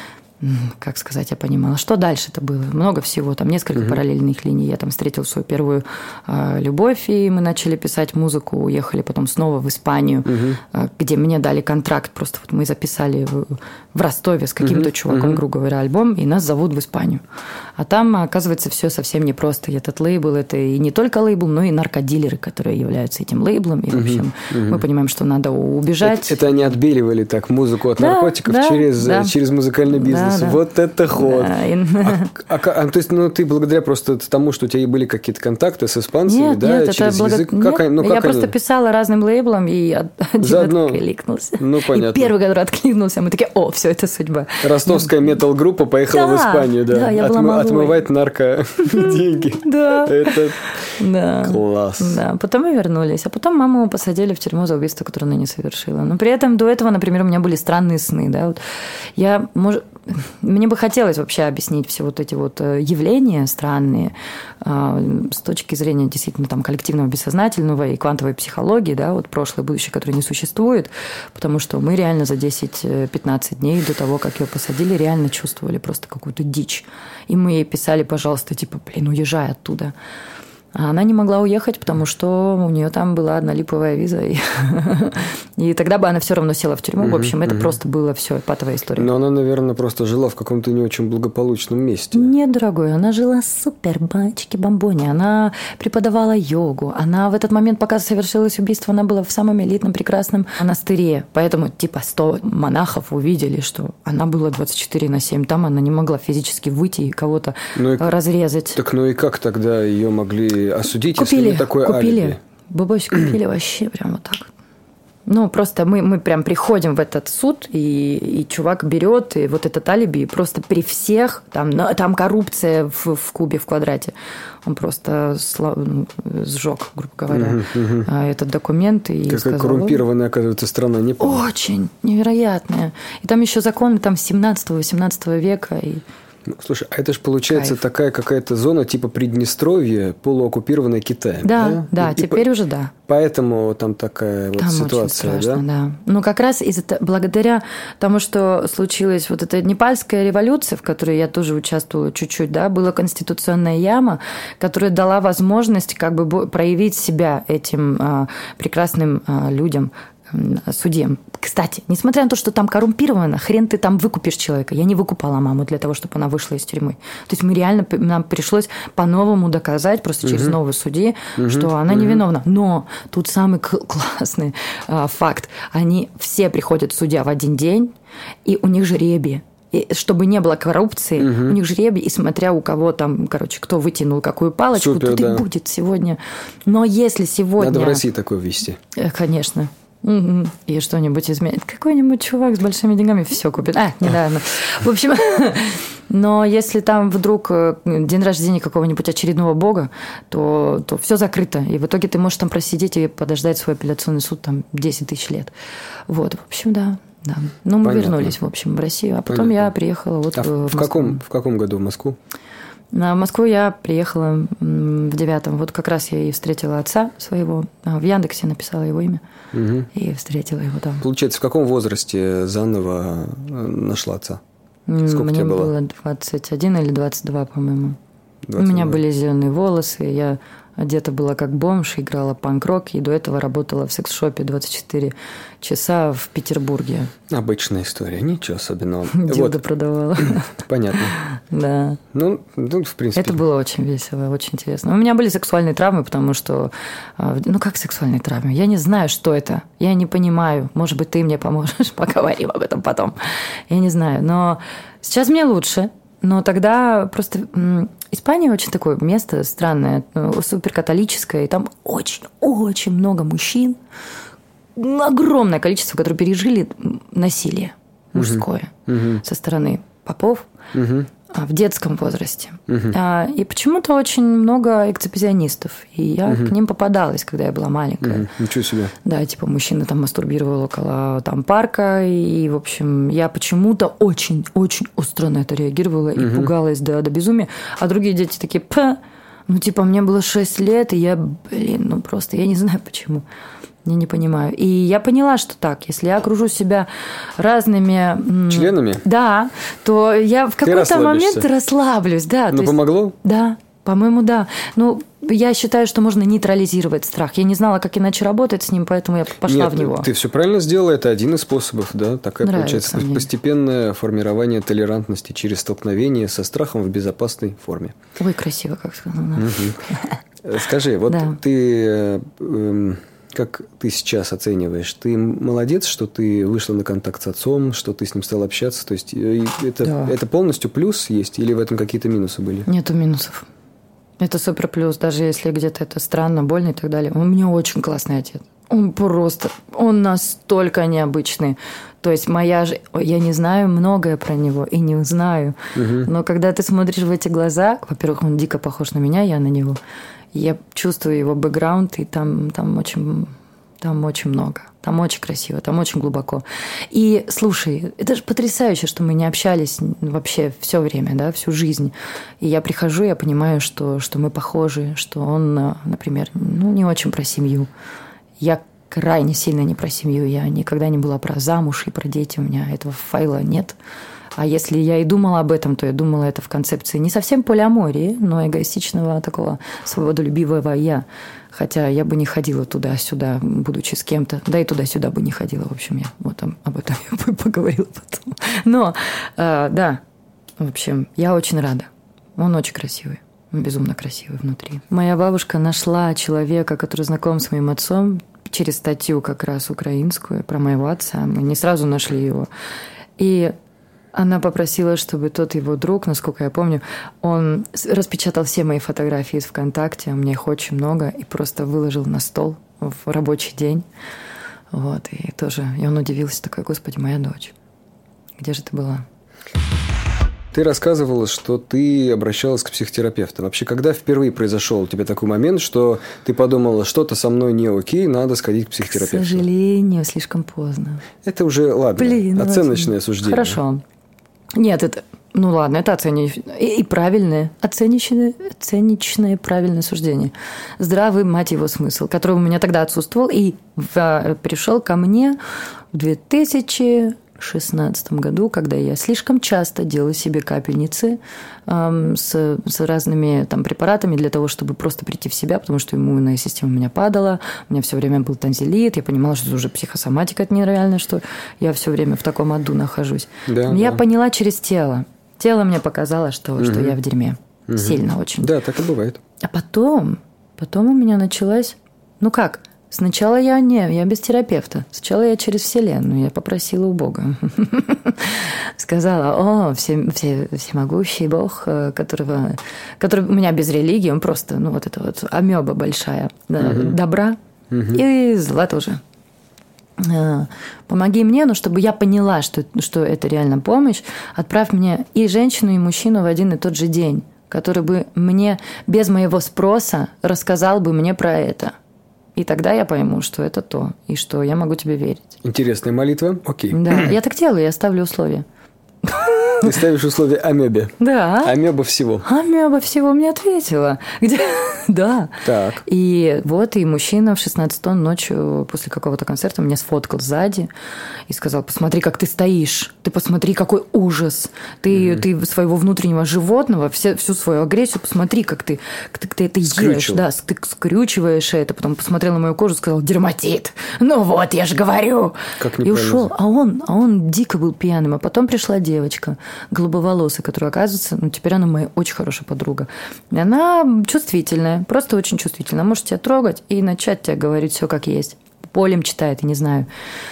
Как сказать, я понимала, что дальше-то было. Много всего, там несколько uh-huh. параллельных линий. Я там встретила свою первую э, любовь, и мы начали писать музыку, уехали потом снова в Испанию, uh-huh. э, где мне дали контракт. Просто вот мы записали в, в Ростове с каким-то uh-huh. чуваком, uh-huh. грубо говоря, альбом, и нас зовут в Испанию. А там, оказывается, все совсем непросто. И этот лейбл, это и не только лейбл, но и наркодилеры, которые являются этим лейблом. И, в общем, uh-huh. мы понимаем, что надо убежать. Это, это они отбеливали так музыку от да, наркотиков да, через, да. через музыкальный бизнес. Да. Да. Вот это ход. Да. А, а, а, то есть, ну, ты благодаря просто тому, что у тебя были какие-то контакты с испанцами, нет, да, нет, через это язык? Благо... Как они, ну, я как просто они? писала разным лейблом, и один Заодно... откликнулся. Ну, понятно. И первый, который откликнулся, мы такие, о, все, это судьба. Ростовская метал-группа поехала да, в Испанию, да, да я Отмы... была отмывать нарко деньги. Да. Это да. класс. Да, потом мы вернулись, а потом маму посадили в тюрьму за убийство, которое она не совершила. Но при этом до этого, например, у меня были странные сны, да, вот я, может, мне бы хотелось вообще объяснить все вот эти вот явления странные с точки зрения действительно там коллективного бессознательного и квантовой психологии, да, вот прошлое и будущее, которое не существует, потому что мы реально за десять-пятнадцать дней до того, как ее посадили, реально чувствовали просто какую-то дичь. И мы ей писали, пожалуйста, типа, блин, уезжай оттуда. А она не могла уехать, потому что у нее там была одна липовая виза. И, и тогда бы она все равно села в тюрьму. В общем, это просто было все патовая история. Но она, наверное, просто жила в каком-то не очень благополучном месте. Нет, дорогой, она жила супер, бачки-бомбони. Она преподавала йогу. Она в этот момент, пока совершилось убийство, она была в самом элитном прекрасном монастыре. Поэтому типа сто монахов увидели, что она была двадцать четыре на семь. Там она не могла физически выйти и кого-то ну и, разрезать. Так ну и как тогда ее могли осудить, купили, если такое купили. алиби? Бабось купили вообще прям вот так. Ну, просто мы, мы прям приходим в этот суд, и, и чувак берет и вот этот алиби, и просто при всех, там, там коррупция в, в кубе, в квадрате, он просто ну, сжег, грубо говоря, угу, угу. этот документ. И какая сказал, коррумпированная, оказывается, страна, не помню. Очень невероятная. И там еще законы там семнадцатого-восемнадцатого века, и... Слушай, а это же получается Кайф. Такая какая-то зона типа Приднестровья, полуоккупированная Китаем. Да, да, да, и, теперь и уже да. Поэтому там такая вот там ситуация, очень страшно, да? да. Ну, как раз из-за благодаря тому, что случилась вот эта Непальская революция, в которой я тоже участвовала чуть-чуть, да, была конституционная яма, которая дала возможность как бы проявить себя этим а, прекрасным а, людям, судьям. Кстати, несмотря на то, что там коррумпировано, хрен ты там выкупишь человека. Я не выкупала маму для того, чтобы она вышла из тюрьмы. То есть мы реально, нам пришлось по-новому доказать, просто через угу. новые судьи, угу. что она угу. невиновна. Но тут самый классный а, факт. Они все приходят в судья в один день, и у них жребий. И чтобы не было коррупции, угу. у них жребий, и смотря у кого там, короче, кто вытянул какую палочку, Супер, тут да. и будет сегодня. Но если сегодня... Надо в России такое ввести. Конечно. Угу. И что-нибудь изменит. Какой-нибудь чувак с большими деньгами все купит. А, недавно. В общем, но если там вдруг день рождения какого-нибудь очередного бога, то, то все закрыто. И в итоге ты можешь там просидеть и подождать свой апелляционный суд там десять тысяч лет. Вот, в общем, да. Да. Ну, мы Понятно. вернулись, в общем, в Россию. А потом Понятно. я приехала вот а в, в каком, в каком году в Москву? На Москву я приехала в девятом. Вот как раз я и встретила отца своего. В Яндексе написала его имя. Угу. И встретила его там. Получается, в каком возрасте заново нашла отца? Сколько Мне тебе было? было двадцать один или двадцать два, по-моему. У меня были зеленые волосы, я одета была как бомж, играла панк-рок, и до этого работала в секс-шопе двадцать четыре часа в Петербурге. Обычная история, ничего особенного. Дилдо вот. продавала. Понятно. Да. Ну, ну, в принципе. Это было очень весело, очень интересно. У меня были сексуальные травмы, потому что... Ну, как сексуальные травмы? Я не знаю, что это. Я не понимаю. Может быть, ты мне поможешь? Поговорим об этом потом. Я не знаю. Но сейчас мне лучше. Но тогда просто... Испания очень такое место странное, суперкатолическое, и там очень-очень много мужчин, огромное количество, которые пережили насилие мужское угу. со стороны попов угу. в детском возрасте. Угу. И почему-то очень много эксципиционистов. И я угу. к ним попадалась, когда я была маленькая. Угу. Ничего себе. Да, типа мужчина там мастурбировал около там парка. И, в общем, я почему-то очень-очень остро на это реагировала угу. и пугалась до, до безумия. А другие дети такие, П! ну, типа, мне было шесть лет, и я, блин, ну, просто, я не знаю почему. Я не понимаю. И я поняла, что так, если я окружу себя разными... Членами? Да, то я в какой-то момент расслаблюсь. Да, ну, помогло? Есть, да, по-моему, да. Ну, я считаю, что можно нейтрализировать страх. Я не знала, как иначе работать с ним, поэтому я пошла Нет, в него. Ты все правильно сделала, это один из способов, да? Такая, Нравится получается, мне. Постепенное формирование толерантности через столкновение со страхом в безопасной форме. Ой, красиво, как сказано. Скажи, вот ты... Как ты сейчас оцениваешь? Ты молодец, что ты вышла на контакт с отцом, что ты с ним стала общаться? То есть это, да. это полностью плюс есть или в этом какие-то минусы были? Нету минусов. Это супер плюс, даже если где-то это странно, больно и так далее. Он у меня очень классный отец. Он просто, он настолько необычный. То есть моя же, я не знаю многое про него и не узнаю. Угу. Но когда ты смотришь в эти глаза, во-первых, он дико похож на меня, я на него. Я чувствую его бэкграунд, и там, там, очень, там очень много. Там очень красиво, там очень глубоко. И слушай, это же потрясающе, что мы не общались вообще все время, да, всю жизнь. И я прихожу, я понимаю, что, что мы похожи, что он, например, ну, не очень про семью. Я крайне сильно не про семью. Я никогда не была про замуж и про дети. У меня этого файла нет. А если я и думала об этом, то я думала это в концепции не совсем полиамории, но эгоистичного такого свободолюбивого «я». Хотя я бы не ходила туда-сюда, будучи с кем-то. Да и туда-сюда бы не ходила. В общем, я вот об этом я бы поговорила потом. Но, э, да, в общем, я очень рада. Он очень красивый. Он безумно красивый внутри. Моя бабушка нашла человека, который знаком с моим отцом, через статью как раз украинскую про моего отца. Мы не сразу нашли его. И... Она попросила, чтобы тот его друг, насколько я помню, он распечатал все мои фотографии из ВКонтакте, у меня их очень много, и просто выложил на стол в рабочий день. Вот, и тоже, и он удивился, такой, господи, моя дочь, где же ты была? Ты рассказывала, что ты обращалась к психотерапевту. Вообще, когда впервые произошел у тебя такой момент, что ты подумала, что-то со мной не окей, надо сходить к психотерапевту? К сожалению, слишком поздно. Это уже, ладно, Блин, оценочное суждение. Хорошо. Нет, это, ну ладно, это оценочное и, и правильное, оценочное, оценочное правильное суждение. Здравый, мать его, смысл, который у меня тогда отсутствовал и в, пришел ко мне в две тысячи шестнадцатом году, когда я слишком часто делала себе капельницы эм, с, с разными там препаратами для того, чтобы просто прийти в себя, потому что иммунная система у меня падала, у меня все время был танзелит, я понимала, что это уже психосоматика, это нереально, что я все время в таком аду нахожусь. Да, я да. поняла через тело. Тело мне показало, что, угу. что я в дерьме. Угу. Сильно очень. Да, так и бывает. А потом, потом у меня началась, ну как, сначала я не, я без терапевта. Сначала я через Вселенную, я попросила у Бога. Сказала, о, все, все, всемогущий Бог, которого, который у меня без религии, он просто, ну, вот это вот амеба большая, да, угу. добра угу. и зла тоже. Помоги мне, но чтобы я поняла, что, что это реально помощь, отправь мне и женщину, и мужчину в один и тот же день, который бы мне без моего спроса рассказал бы мне про это. И тогда я пойму, что это то, и что я могу тебе верить. Интересная молитва. Окей. Да, я так делаю, я ставлю условия. Ты ставишь условие амебе. Да. Амеба всего. Амеба всего мне ответила. Где? Да. Так. И вот, и мужчина в шестнадцать тонн ночью после какого-то концерта меня сфоткал сзади и сказал: посмотри, как ты стоишь, ты посмотри, какой ужас. Ты, mm-hmm. ты своего внутреннего животного, все, всю свою агрессию, посмотри, как ты, как ты это ешь. Да, ты скрючиваешь это. Потом посмотрел на мою кожу и сказал: дерматит. Ну вот, я же говорю. Как и ушел. А он, а он дико был пьяным. А потом пришла девочка, голубоволосая, которая, оказывается, ну, теперь она моя очень хорошая подруга. И она чувствительная, просто очень чувствительная. Она может тебя трогать и начать тебе говорить все как есть. Полем читает, я не знаю.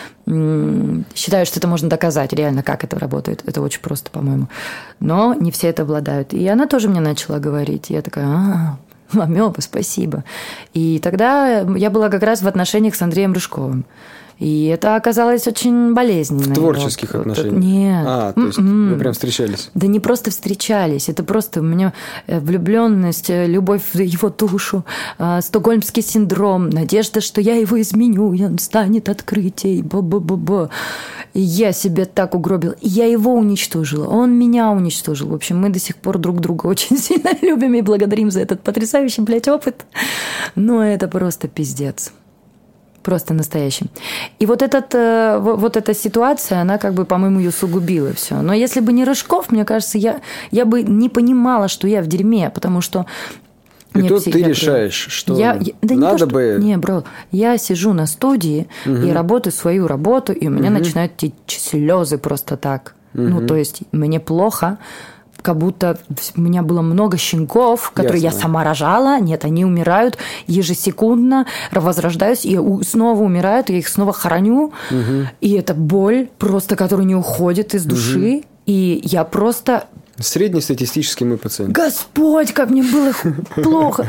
Считаю, что это можно доказать реально, как это работает. Это очень просто, по-моему. Но не все это обладают. И она тоже мне начала говорить. И я такая: а, амеба, спасибо. И тогда я была как раз в отношениях с Андреем Рыжковым. И это оказалось очень болезненно. В творческих вот, отношениях? Нет. А, то есть Mm-mm. вы прям встречались? Да не просто встречались. Это просто у меня влюбленность, любовь в его душу, стокгольмский синдром, надежда, что я его изменю, и он станет открытием. Бо-бо-бо-бо. И я себя так угробила. И я его уничтожила. Он меня уничтожил. В общем, мы до сих пор друг друга очень сильно любим и благодарим за этот потрясающий, блядь, опыт. Но это просто пиздец. Просто настоящим. И вот, этот, вот эта ситуация, она как бы, по-моему, ее сугубила все. Но если бы не Рыжков, мне кажется, я, я бы не понимала, что я в дерьме, потому что... И тут ты решаешь, что я, я, да надо не то, бы... Что, не, бро, я сижу на студии угу. и работаю свою работу, и у меня угу. начинают течь слезы просто так. Угу. Ну, то есть мне плохо, как будто у меня было много щенков, которые Ясно. Я сама рожала. Нет, они умирают ежесекундно, возрождаюсь, и уснова умирают, я их снова хороню. Угу. И это боль просто, которая не уходит из души. Угу. И я просто... Среднестатистический мой пациент. Господь, как мне было плохо.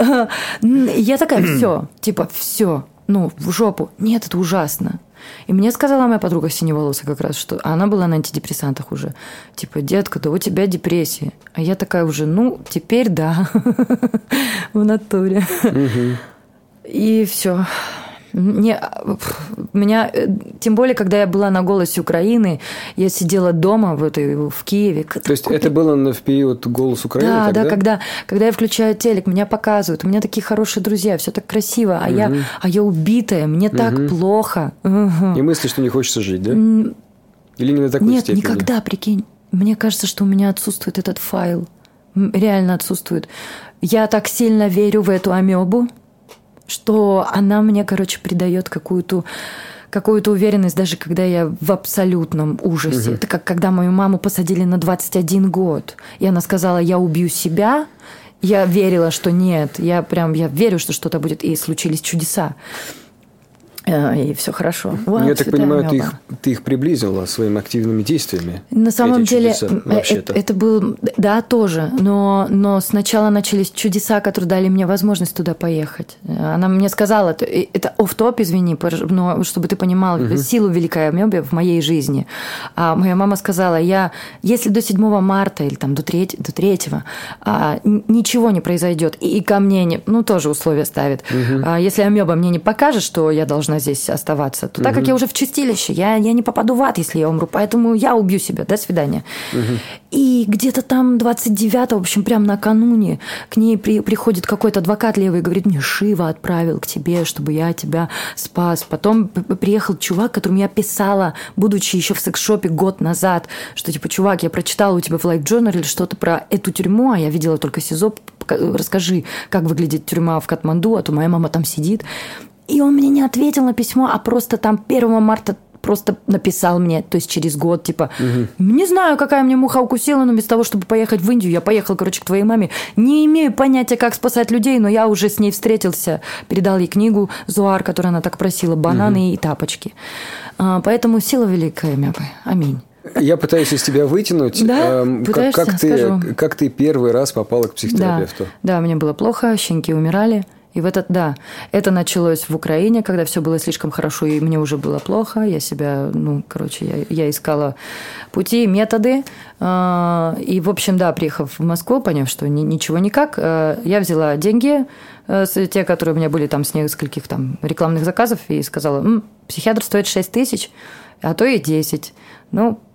Я такая: все, типа, все, ну, в жопу. Нет, это ужасно. И мне сказала моя подруга синеволосая как раз, что она была на антидепрессантах уже. Типа: детка, да у тебя депрессия. А я такая уже: ну, теперь да. В натуре. И все. Не, меня, тем более, когда я была на «Голосе Украины», я сидела дома в, этой, в Киеве. То есть это было в период «Голос Украины»? Да, тогда? да, когда, когда я включаю телек, меня показывают, у меня такие хорошие друзья, все так красиво, а, угу. я, а я убитая, мне угу. так плохо. Угу. И мысли, что не хочется жить, да? Или не на такой Нет, степени? Нет, никогда, прикинь. Мне кажется, что у меня отсутствует этот файл. Реально отсутствует. Я так сильно верю в эту амебу, что она мне, короче, придает какую-то какую-то уверенность, даже когда я в абсолютном ужасе. Угу. Это как когда мою маму посадили на двадцать один год, и она сказала: я убью себя. Я верила, что нет. Я прям, я верю, что что-то будет. И случились чудеса. И все хорошо. Вау, я так понимаю, ты их, ты их приблизила своими активными действиями. На самом деле, это, это был, да, тоже. Но, но сначала начались чудеса, которые дали мне возможность туда поехать. Она мне сказала, это офф-топ, извини, но чтобы ты понимал угу. силу великой амебы в моей жизни. А моя мама сказала: я, если до седьмого марта или там, до, третьего, до третьего а, ничего не произойдет, и, и ко мне, не, ну, тоже условия ставит. Угу. А, если амеба мне не покажет, что я должна здесь оставаться, то угу. так как я уже в чистилище, я, я не попаду в ад, если я умру, поэтому я убью себя. До свидания. Угу. И где-то там двадцать девятого, в общем, прям накануне к ней при, приходит какой-то адвокат левый и говорит: мне Шива отправил к тебе, чтобы я тебя спас. Потом приехал чувак, которому я писала, будучи еще в секс-шопе год назад, что типа: чувак, я прочитала у тебя в лайф-джорнале что-то про эту тюрьму, а я видела только СИЗО, расскажи, как выглядит тюрьма в Катманду, а то моя мама там сидит. И он мне не ответил на письмо, а просто там первого марта просто написал мне, то есть через год, типа, угу. не знаю, какая мне муха укусила, но без того, чтобы поехать в Индию, я поехал, короче, к твоей маме. Не имею понятия, как спасать людей, но я уже с ней встретился, передал ей книгу «Зоар», которую она так просила, бананы угу. и тапочки. Поэтому сила великая амебы. Аминь. Я пытаюсь из тебя вытянуть, да? э, как, как, ты, как ты первый раз попала к психотерапевту. Да, да, мне было плохо, щенки умирали. И в этот, да, это началось в Украине, когда все было слишком хорошо, и мне уже было плохо. Я себя, ну, короче, я, я искала пути, методы. И, в общем, да, приехав в Москву, поняв, что ничего никак, я взяла деньги, те, которые у меня были там с нескольких там рекламных заказов, и сказала: М, психиатр стоит шесть тысяч, а то и десять. Ну,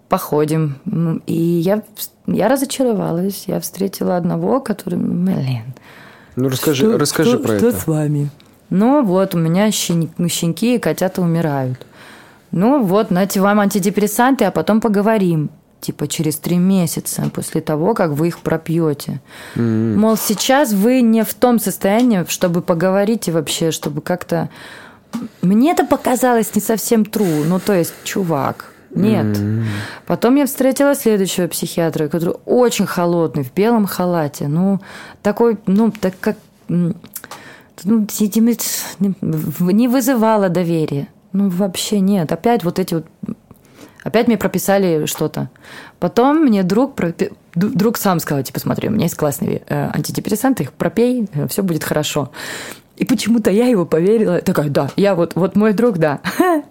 походим. И я, я разочаровалась. Я встретила одного, который... Блин. Ну, расскажи, что, расскажи что, про что это. Что с вами? Ну, вот, у меня щен, щенки и котята умирают. Ну, вот, нате вам антидепрессанты, а потом поговорим. Типа через три месяца после того, как вы их пропьете. Mm-hmm. Мол, сейчас вы не в том состоянии, чтобы поговорить и вообще, чтобы как-то... Мне это показалось не совсем true. Ну, то есть, чувак, нет. Mm-hmm. Потом я встретила следующего психиатра, который очень холодный, в белом халате. Ну, такой, ну, так как... Ну, не вызывало доверия. Ну, вообще нет. Опять вот эти вот... Опять мне прописали что-то. Потом мне друг, пропи... друг сам сказал, типа, смотри, у меня есть классные э, антидепрессанты, их пропей, э, все будет хорошо. И почему-то я его поверила. Такая, да, я вот, вот мой друг, да.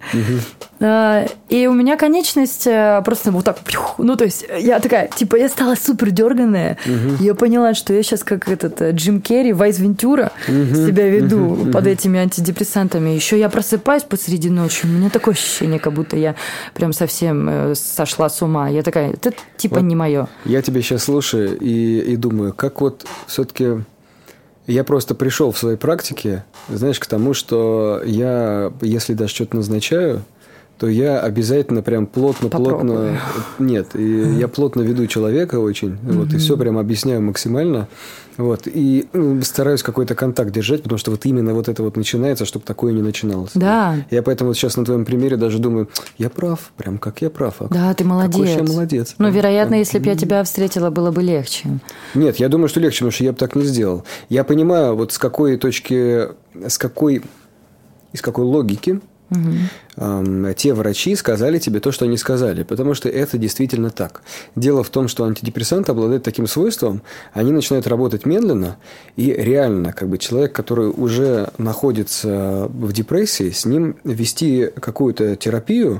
И у меня конечность просто вот так, ну, то есть я такая, типа, я стала супер дерганая. Я поняла, что я сейчас как этот Джим Керри, Вайс Вентура себя веду под этими антидепрессантами. Еще я просыпаюсь посреди ночи, у меня такое ощущение, как будто я прям совсем сошла с ума. Я такая, это типа не мое. Я тебя сейчас слушаю и, и думаю, как вот все-таки... Я просто пришел в своей практике, знаешь, к тому, что я, если даже что-то назначаю, то я обязательно прям плотно-плотно... Нет, и я плотно веду человека очень, mm-hmm. вот, и все прям объясняю максимально. Вот, и ну, стараюсь какой-то контакт держать, потому что вот именно вот это вот начинается, чтобы такое не начиналось. Да. Я поэтому вот сейчас на твоем примере даже думаю, я прав, прям как я прав. А да, ты молодец. Какой я молодец. Ну, вероятно, да. Если бы я тебя встретила, было бы легче. Нет, я думаю, что легче, потому что я бы так не сделал. Я понимаю, вот с какой точки, с какой, из какой логики угу. э, те врачи сказали тебе то, что они сказали, потому что это действительно так. Дело в том, что антидепрессанты обладают таким свойством, они начинают работать медленно, и реально, как бы человек, который уже находится в депрессии, с ним вести какую-то терапию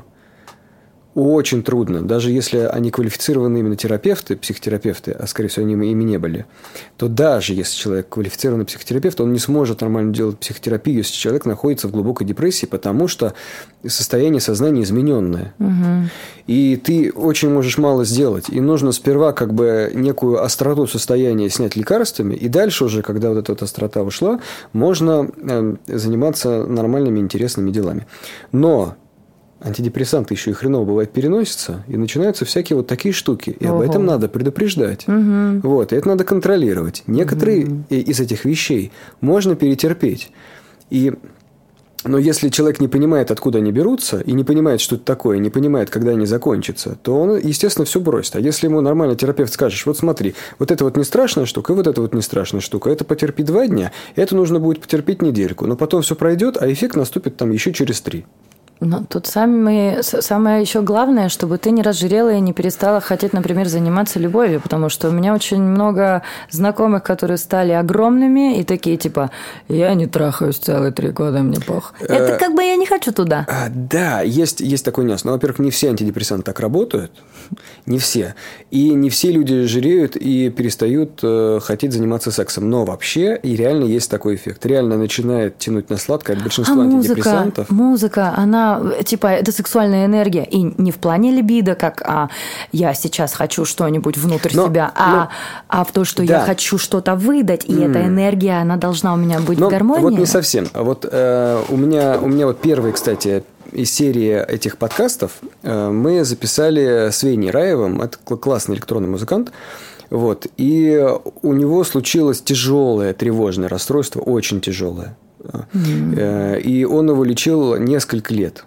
очень трудно. Даже если они квалифицированные именно терапевты, психотерапевты, а, скорее всего, они ими не были, то даже если человек квалифицированный психотерапевт, он не сможет нормально делать психотерапию, если человек находится в глубокой депрессии, потому что состояние сознания измененное. Угу. И ты очень можешь мало сделать. И нужно сперва как бы некую остроту состояния снять лекарствами, и дальше уже, когда вот эта вот острота ушла, можно заниматься нормальными, интересными делами. Но антидепрессанты еще и хреново бывает переносятся, и начинаются всякие вот такие штуки. И Ого. Об этом надо предупреждать. Угу. Вот, и это надо контролировать. Некоторые угу. из этих вещей можно перетерпеть. И, но если человек не понимает, откуда они берутся, и не понимает, что это такое, не понимает, когда они закончатся, то он, естественно, все бросит. А если ему нормальный терапевт скажешь, вот смотри, вот это вот не страшная штука, и вот это вот не страшная штука, это потерпи два дня, это нужно будет потерпеть недельку, но потом все пройдет, а эффект наступит там еще через три. Но тут самое, самое еще главное, чтобы ты не разжирела и не перестала хотеть, например, заниматься любовью, потому что у меня очень много знакомых, которые стали огромными и такие типа, я не трахаюсь целые три года, мне пох. Это как бы я не хочу туда. А, да, есть, есть такой нюанс. Но, во-первых, не все антидепрессанты так работают, не все. И не все люди жиреют и перестают э, хотеть заниматься сексом. Но вообще и реально есть такой эффект. Реально начинает тянуть на сладкое от большинства а антидепрессантов. Музыка, музыка, она типа, это сексуальная энергия. И не в плане либидо, как а, я сейчас хочу что-нибудь внутрь но, себя, а, но, а в то, что да. я хочу что-то выдать, и mm. эта энергия, она должна у меня быть но в гармонии. Вот не совсем. Вот э, у, меня, у меня вот первый, кстати, из серии этих подкастов э, мы записали с Веней Раевым. Это классный электронный музыкант. Вот, и у него случилось тяжелое тревожное расстройство, очень тяжелое. Mm-hmm. И он его лечил несколько лет.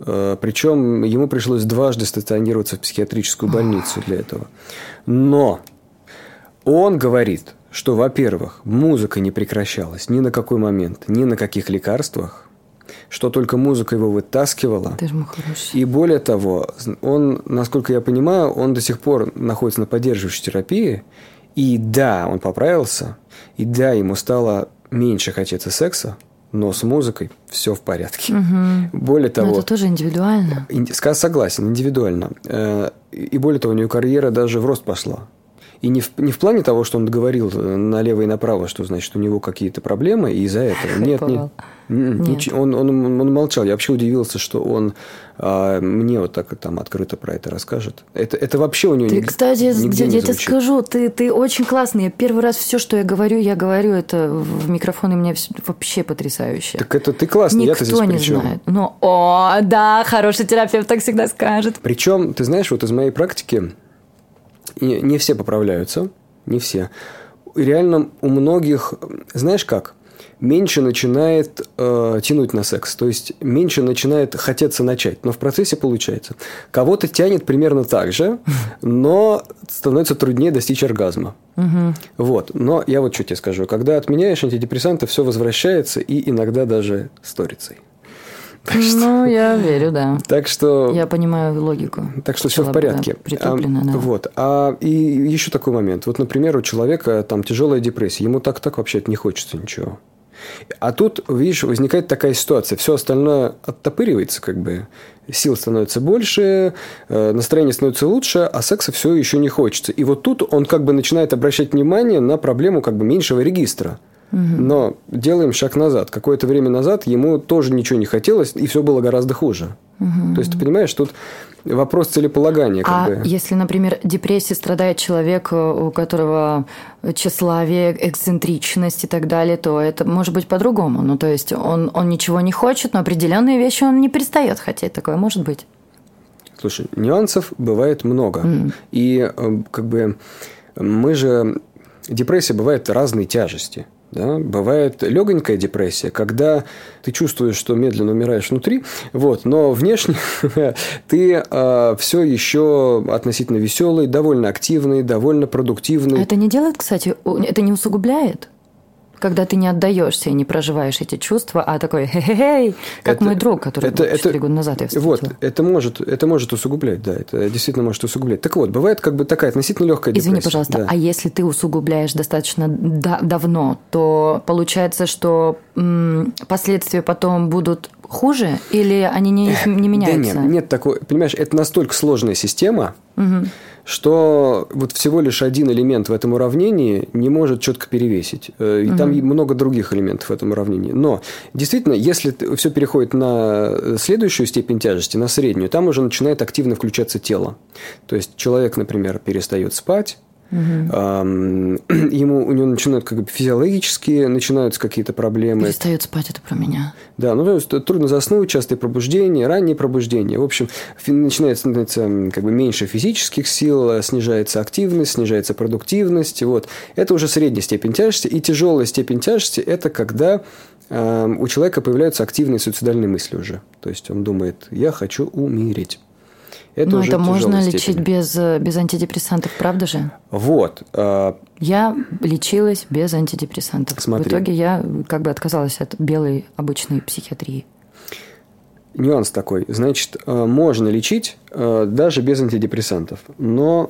Причем ему пришлось дважды стационироваться в психиатрическую больницу для этого. Но он говорит, что, во-первых, музыка не прекращалась ни на какой момент, ни на каких лекарствах, что только музыка его вытаскивала. И более того, он, насколько я понимаю, он до сих пор находится на поддерживающей терапии. И да, он поправился, и да, ему стало меньше хотеться секса, но с музыкой все в порядке. Угу. Более того... Но это тоже индивидуально. Согласен, индивидуально. И более того, у него карьера даже в рост пошла. И не в, не в плане того, что он говорил налево и направо, что, значит, у него какие-то проблемы, и из-за этого. Нет, нет. нет. Он, он, он молчал. Я вообще удивился, что он а, мне вот так там открыто про это расскажет. Это, это вообще у него ты, нигде, кстати, нигде я не тебе скажу, ты, ты очень классный. Я первый раз все, что я говорю, я говорю это в микрофон, и мне вообще потрясающе. Так это ты классный, я-то здесь при чем? Никто не знает. Ну, о, да, хороший терапевт так всегда скажет. Причем, ты знаешь, вот из моей практики не, не все поправляются, не все. Реально у многих, знаешь как, меньше начинает э, тянуть на секс, то есть меньше начинает хотеться начать, но в процессе получается. Кого-то тянет примерно так же, но становится труднее достичь оргазма. Угу. Вот. Но я вот что тебе скажу. Когда отменяешь антидепрессанты, все возвращается и иногда даже сторицей. Так что, ну, я верю, да. Так что... Я понимаю логику. Так что все в порядке. Притуплено, а, да. Вот. А, и еще такой момент. Вот, например, у человека там тяжелая депрессия. Ему так-так вообще не хочется ничего. А тут, видишь, возникает такая ситуация. Все остальное оттопыривается, как бы. Сил становится больше, настроение становится лучше, а секса все еще не хочется. И вот тут он как бы начинает обращать внимание на проблему как бы меньшего регистра. Но делаем шаг назад. Какое-то время назад ему тоже ничего не хотелось, и все было гораздо хуже. Угу. То есть, ты понимаешь, тут вопрос целеполагания. Как а бы. Если, например, депрессией страдает человек, у которого тщеславие, эксцентричность и так далее, то это может быть по-другому. Ну, то есть, он, он ничего не хочет, но определенные вещи он не перестает хотеть. Такое может быть. Слушай, нюансов бывает много. Mm. И как бы мы же... Депрессия бывает разной тяжести. Да? Бывает легонькая депрессия, когда ты чувствуешь, что медленно умираешь внутри, вот, но внешне ты э, все еще относительно веселый, довольно активный, довольно продуктивный. Это не делает, кстати, это не усугубляет? Когда ты не отдаешься и не проживаешь эти чувства, а такой хе-хе-хей, как это, мой друг, который четыре года назад я встретила. Вот, это может, это может усугублять, да, это действительно может усуглять. Так вот, бывает как бы такая относительно легкая депрессия. Извини, пожалуйста, да. А если ты усугубляешь достаточно да- давно, то получается, что м- последствия потом будут хуже или они не, не меняются? Да нет, нет такого, понимаешь, это настолько сложная система, угу. что вот всего лишь один элемент в этом уравнении не может четко перевесить. И угу. там много других элементов в этом уравнении. Но действительно, если все переходит на следующую степень тяжести, на среднюю, там уже начинает активно включаться тело. То есть человек, например, перестает спать, угу. ему, у него начинают как бы физиологические начинаются какие-то проблемы. Перестает спать, это про меня. Да, ну то есть трудно заснуть, частые пробуждения, ранние пробуждения. В общем, начинается становиться как бы меньше физических сил, снижается активность, снижается продуктивность. Вот. Это уже средняя степень тяжести. И тяжелая степень тяжести – это когда э, у человека появляются активные суицидальные мысли уже. То есть он думает, я хочу умереть. Это Но уже это можно степень. лечить без, без антидепрессантов, правда же? Вот. Я лечилась без антидепрессантов. Смотри. В итоге я как бы отказалась от белой обычной психиатрии. Нюанс такой. Значит, можно лечить даже без антидепрессантов. Но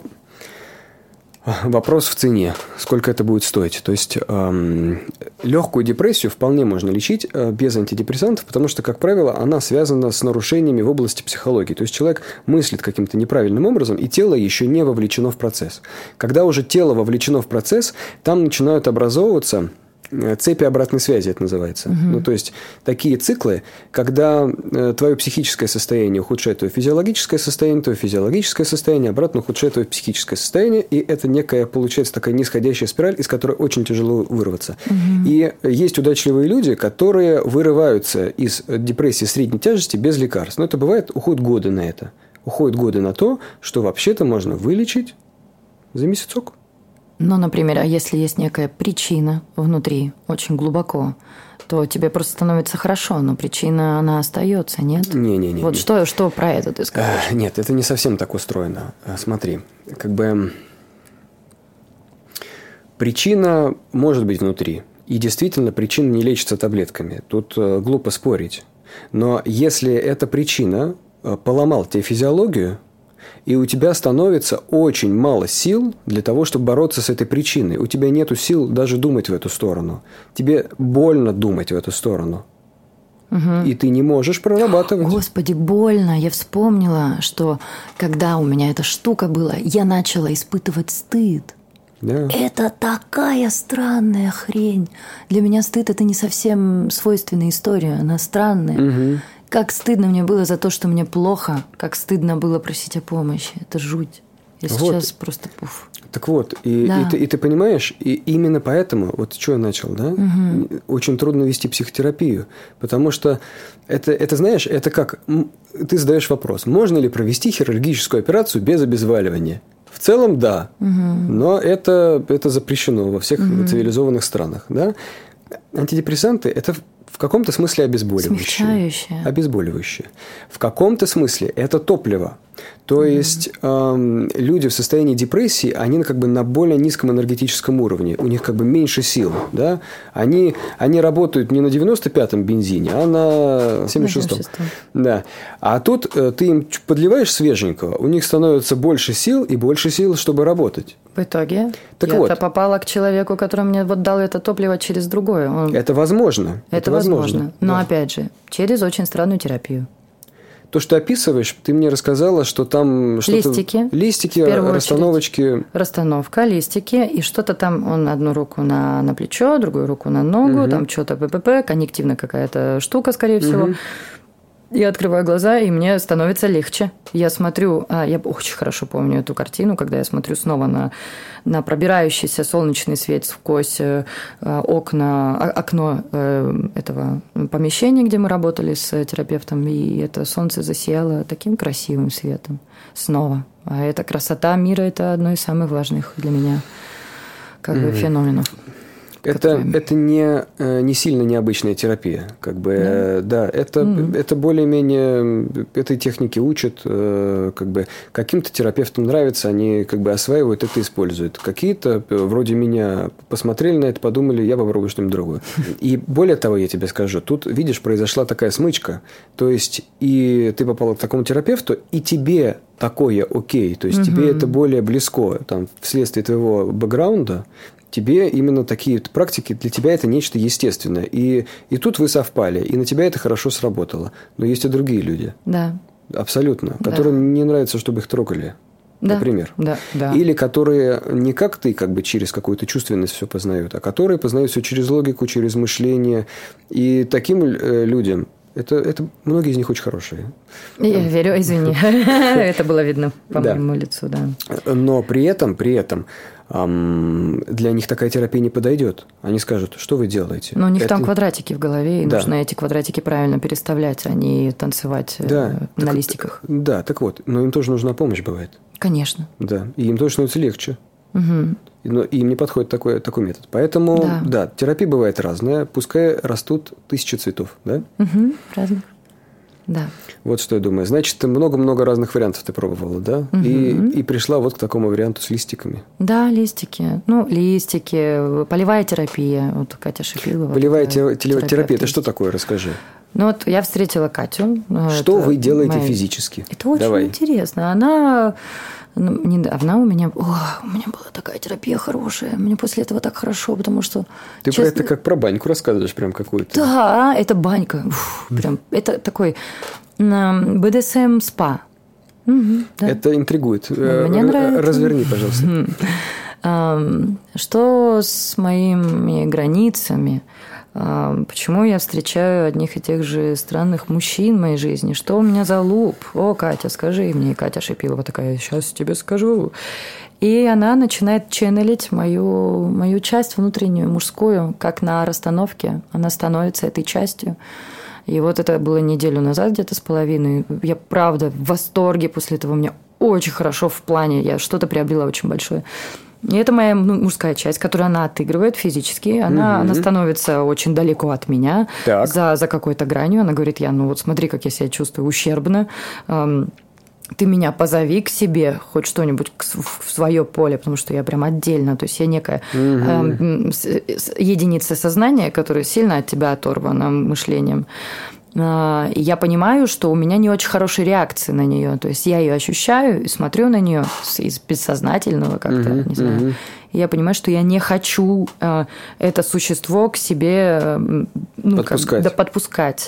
вопрос в цене. Сколько это будет стоить? То есть, эм, легкую депрессию вполне можно лечить э, без антидепрессантов, потому что, как правило, она связана с нарушениями в области психологии. То есть, человек мыслит каким-то неправильным образом, и тело еще не вовлечено в процесс. Когда уже тело вовлечено в процесс, там начинают образовываться цепи обратной связи, это называется. Угу. Ну, то есть, такие циклы, когда э, твое психическое состояние ухудшает твое физиологическое состояние, твое физиологическое состояние обратно ухудшает твое психическое состояние, и это некая, получается, такая нисходящая спираль, из которой очень тяжело вырваться. Угу. И есть удачливые люди, которые вырываются из депрессии средней тяжести без лекарств. Но это бывает, уходят годы на это. Уходят годы на то, что вообще-то можно вылечить за месяцок. Ну, например, а если есть некая причина внутри, очень глубоко, то тебе просто становится хорошо, но причина, она остается, нет? Не-не-не. Вот что, что про это ты скажешь? А, нет, это не совсем так устроено. Смотри, как бы причина может быть внутри. И действительно, причина не лечится таблетками. Тут глупо спорить. Но если эта причина поломала тебе физиологию, и у тебя становится очень мало сил для того, чтобы бороться с этой причиной. У тебя нету сил даже думать в эту сторону. Тебе больно думать в эту сторону. Угу. И ты не можешь прорабатывать. Господи, больно. Я вспомнила, что когда у меня эта штука была, я начала испытывать стыд. Да. Это такая странная хрень. Для меня стыд – это не совсем свойственная история, она странная. Угу. Как стыдно мне было за то, что мне плохо, как стыдно было просить о помощи. Это жуть. Я Вот. сейчас просто пуф. Так вот, и, Да. и, ты, и ты понимаешь, и именно поэтому, вот что я начал, да, Угу. очень трудно вести психотерапию, потому что это, это, знаешь, это как, м, ты задаешь вопрос, можно ли провести хирургическую операцию без обезваливания? В целом, да, Угу. но это, это запрещено во всех Угу. цивилизованных странах, да. Антидепрессанты – это в каком-то смысле обезболивающее. Смягчающее. Обезболивающее. В каком-то смысле это топливо. То mm-hmm. есть эм, люди в состоянии депрессии, они как бы на более низком энергетическом уровне. У них как бы меньше сил. Да? Они, они работают не на девяносто пятом бензине, а на семьдесят шестом. Да. А тут э, ты им подливаешь свеженького, у них становится больше сил и больше сил, чтобы работать. В итоге так я вот, попала к человеку, который мне вот дал это топливо через другое. Он... Это возможно. Это, это возможно. возможно. Но да. опять же, через очень странную терапию. То, что описываешь, ты мне рассказала, что там что-то... Листики. Листики, расстановочки. Очередь. Расстановка, листики. И что-то там, он одну руку на, на плечо, другую руку на ногу, угу. там что-то ППП, конъюнктивная какая-то штука, скорее всего. Угу. Я открываю глаза, и мне становится легче. Я смотрю, а, я очень хорошо помню эту картину, когда я смотрю снова на, на пробирающийся солнечный свет сквозь э, окна, окно э, этого помещения, где мы работали с терапевтом, и это солнце засияло таким красивым светом снова. А эта красота мира – это одно из самых важных для меня как бы, mm-hmm. феноменов. Это, которые... это не, не сильно необычная терапия. Как бы, да. Да, это, mm-hmm. это более-менее... Этой техники учат. Как бы, каким-то терапевтам нравится, они как бы осваивают это, используют. Какие-то, вроде меня, посмотрели на это, подумали, я попробую что-нибудь другое. И более того, я тебе скажу, тут, видишь, произошла такая смычка. То есть, и ты попала к такому терапевту, и тебе такое окей. То есть, mm-hmm. тебе это более близко. Там, вследствие твоего бэкграунда, тебе именно такие практики, для тебя это нечто естественное. И, и тут вы совпали, и на тебя это хорошо сработало. Но есть и другие люди. Да. Абсолютно. Да. Которым не нравится, чтобы их трогали. Да. Например. Да. Да. Или которые не как ты, как бы через какую-то чувственность все познают, а которые познают все через логику, через мышление. И таким людям... Это, это многие из них очень хорошие. Я Там. верю, извини. Это было видно по моему лицу, да. Но при этом, при этом эм, для них такая терапия не подойдет. Они скажут, что вы делаете? Но у них это... там квадратики в голове, и да. нужно эти квадратики правильно переставлять, а не танцевать да. на так, листиках. Да, так вот. Но им тоже нужна помощь бывает. Конечно. Да. И им тоже становится легче. Угу. Но им не подходит такой, такой метод. Поэтому, да. да, терапия бывает разная. Пускай растут тысячи цветов, да? Угу, разных. Да. Вот что я думаю. Значит, много-много разных вариантов ты пробовала, да? Угу. И, и пришла вот к такому варианту с листиками. Да, листики. Ну, листики, полевая терапия. Вот Катя Шипилова. Полевая терапия. терапия. Это что такое? Расскажи. Ну, вот я встретила Катю. Что это вы делаете моя... физически? Это очень Давай. интересно. Она... Недавно у меня... О, у меня была такая терапия хорошая. Мне после этого так хорошо, потому что... Ты честно... про это как про баньку рассказываешь прям какую-то. Да, это банька. Уф, прям, это такой бэ дэ эс эм-спа. Угу, да. Это интригует. Мне нравится. Разверни, пожалуйста. Что с моими границами? Почему я встречаю одних и тех же странных мужчин в моей жизни? Что у меня за луп? О, Катя, скажи мне. И Катя Шипилова такая, сейчас тебе скажу. И она начинает ченнелить мою, мою часть внутреннюю, мужскую, как на расстановке. Она становится этой частью. И вот это было неделю назад где-то с половиной. Я, правда, в восторге после этого. Мне очень хорошо в плане. Я что-то приобрела очень большое. И это моя ну, мужская часть, которую она отыгрывает физически. Она, угу. она становится очень далеко от меня, за, за какой-то гранью. Она говорит, я, ну вот смотри, как я себя чувствую ущербно. Ты меня позови к себе, хоть что-нибудь в свое поле, потому что я прям отдельно. То есть я некая угу. единица сознания, которая сильно от тебя оторвана мышлением. И я понимаю, что у меня не очень хорошие реакции на нее. То есть я ее ощущаю и смотрю на нее из бессознательного как-то, uh-huh, не знаю. Uh-huh. И я понимаю, что я не хочу это существо к себе ну, подпускать. Как, да, подпускать.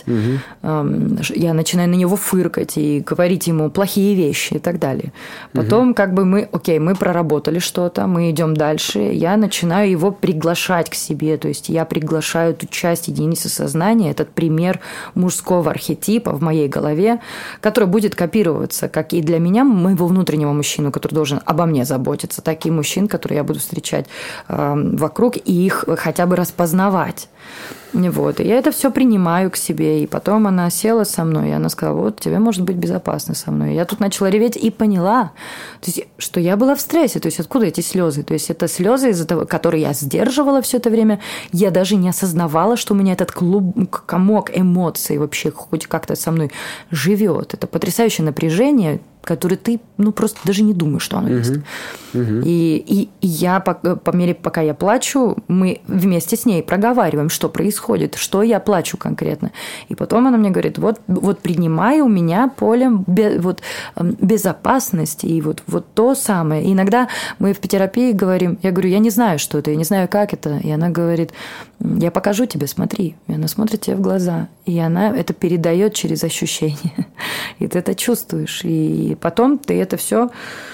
Угу. Я начинаю на него фыркать и говорить ему плохие вещи и так далее. Потом, угу. как бы мы, окей, мы проработали что-то, мы идем дальше, я начинаю его приглашать к себе, то есть я приглашаю эту часть единицы сознания, этот пример мужского архетипа в моей голове, который будет копироваться как и для меня, моего внутреннего мужчину, который должен обо мне заботиться, так и мужчин, которые я буду встречать э, вокруг, и их хотя бы распознавать. Вот. И я это все принимаю к себе. И потом она села со мной, и она сказала, вот, тебе может быть безопасно со мной. И я тут начала реветь и поняла, то есть, что я была в стрессе. То есть, откуда эти слезы? То есть, это слезы, из-за того, которые я сдерживала все это время. Я даже не осознавала, что у меня этот клуб, комок эмоций вообще хоть как-то со мной живет. Это потрясающее напряжение, который ты, ну, просто даже не думаешь, что оно uh-huh. есть. Uh-huh. И, и, и я, по, по мере, пока я плачу, мы вместе с ней проговариваем, что происходит, что я плачу конкретно. И потом она мне говорит, вот, вот принимай у меня поле бе, вот, безопасности, и вот, вот то самое. И иногда мы в терапии говорим, я говорю, я не знаю, что это, я не знаю, как это. И она говорит, я покажу тебе, смотри. И она смотрит тебе в глаза. И она это передает через ощущения. И ты это чувствуешь. И потом ты это все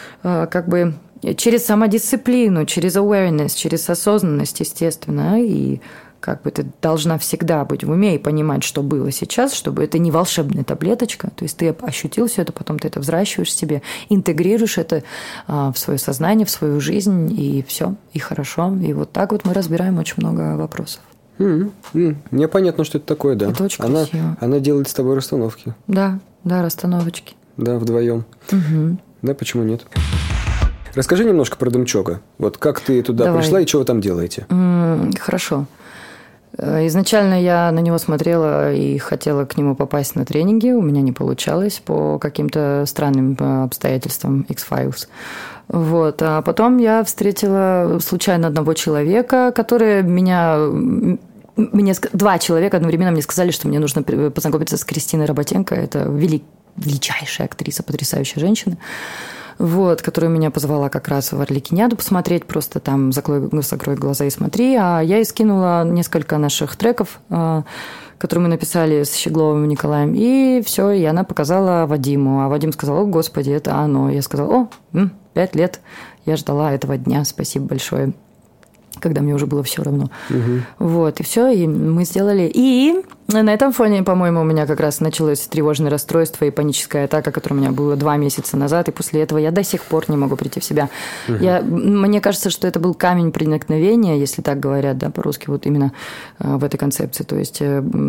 как бы через самодисциплину, через awareness, через осознанность, естественно, и как бы ты должна всегда быть в уме и понимать, что было сейчас, чтобы это не волшебная таблеточка, то есть ты ощутил все это, потом ты это взращиваешь в себе, интегрируешь это в свое сознание, в свою жизнь, и все, и хорошо. И вот так вот мы разбираем очень много вопросов. Mm-hmm. Мне понятно, что это такое, да. Это очень она, красиво. Она делает с тобой расстановки. Да, да, расстановочки. Да, вдвоем. Угу. Да, почему нет? Расскажи немножко про Дымчога. Вот как ты туда Давай. пришла и что вы там делаете? М-м, хорошо. Изначально я на него смотрела и хотела к нему попасть на тренинги. У меня не получалось по каким-то странным обстоятельствам X-Files. Вот. А потом я встретила случайно одного человека, который меня... Мне два человека одновременно мне сказали, что мне нужно познакомиться с Кристиной Работенко. Это велик, величайшая актриса, потрясающая женщина, вот, которая меня позвала как раз в Арлекиняду посмотреть, просто там закрой, закрой глаза и смотри. А я и скинула несколько наших треков, которые мы написали с Щегловым и Николаем, и все, и она показала Вадиму. А Вадим сказал, о, господи, это оно. Я сказала, о, пять лет я ждала этого дня, спасибо большое. Когда мне уже было все равно. Угу. Вот, и все, и мы сделали. И на этом фоне, по-моему, у меня как раз началось тревожное расстройство и паническая атака, которая у меня была два месяца назад, и после этого я до сих пор не могу прийти в себя. Угу. Я, мне кажется, что это был камень преткновения, если так говорят, да, по-русски, вот именно в этой концепции. То есть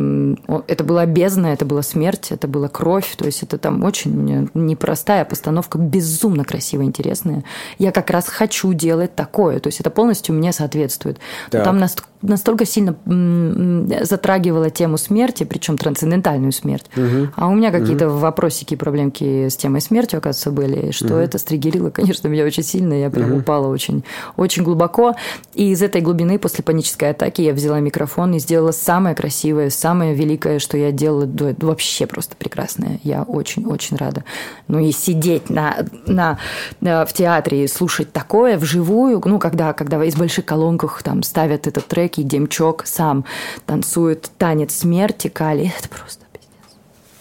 это была бездна, это была смерть, это была кровь, то есть это там очень непростая постановка, безумно красивая, интересная. Я как раз хочу делать такое, то есть это полностью мне соответствует. Там настолько сильно затрагивала тему смерти, причем трансцендентальную смерть. Угу. А у меня какие-то угу. вопросики и проблемки с темой смерти, оказывается, были, что угу. это стригерило, конечно, меня очень сильно. Я прям угу. упала очень, очень глубоко. И из этой глубины после панической атаки я взяла микрофон и сделала самое красивое, самое великое, что я делала до этого. Вообще просто прекрасное. Я очень-очень рада. Ну и сидеть на, на, в театре и слушать такое вживую, ну, когда, когда из больших колонках там ставят этот трек, и Демчок сам танцует танец смерти, Кали. Это просто пиздец.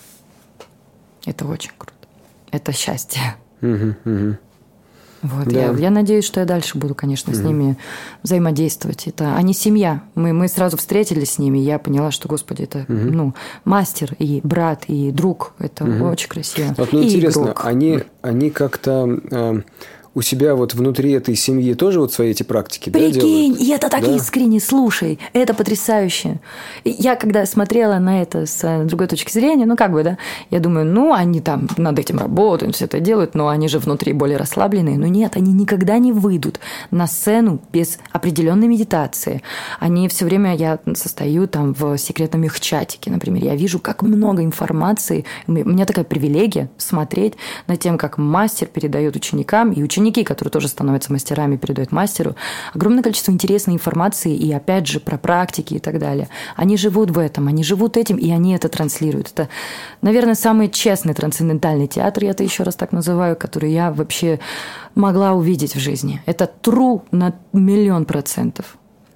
Это очень круто. Это счастье. Угу, угу. Вот, да. я, я надеюсь, что я дальше буду, конечно, с угу. ними взаимодействовать. Это они семья. Мы, мы сразу встретились с ними, и я поняла, что, господи, это угу. ну, мастер и брат, и друг. Это угу. очень красиво. Вот мне интересно, они, они как-то... Э, у себя вот внутри этой семьи тоже вот свои эти практики, Прикинь, да, делают? и это так да? искренне, слушай, это потрясающе. Я когда смотрела на это с другой точки зрения, ну как бы, да, я думаю, ну они там над этим работают, все это делают, но они же внутри более расслабленные. Но нет, они никогда не выйдут на сцену без определенной медитации. Они все время, я состою там в секретном их чатике, например, я вижу, как много информации. У меня такая привилегия смотреть на тем, как мастер передает ученикам, и ученикам Ученики, которые тоже становятся мастерами, передают мастеру, огромное количество интересной информации и, опять же, про практики и так далее. Они живут в этом, они живут этим, и они это транслируют. Это, наверное, самый честный трансцендентальный театр, я это еще раз так называю, который я вообще могла увидеть в жизни. Это true на миллион процентов.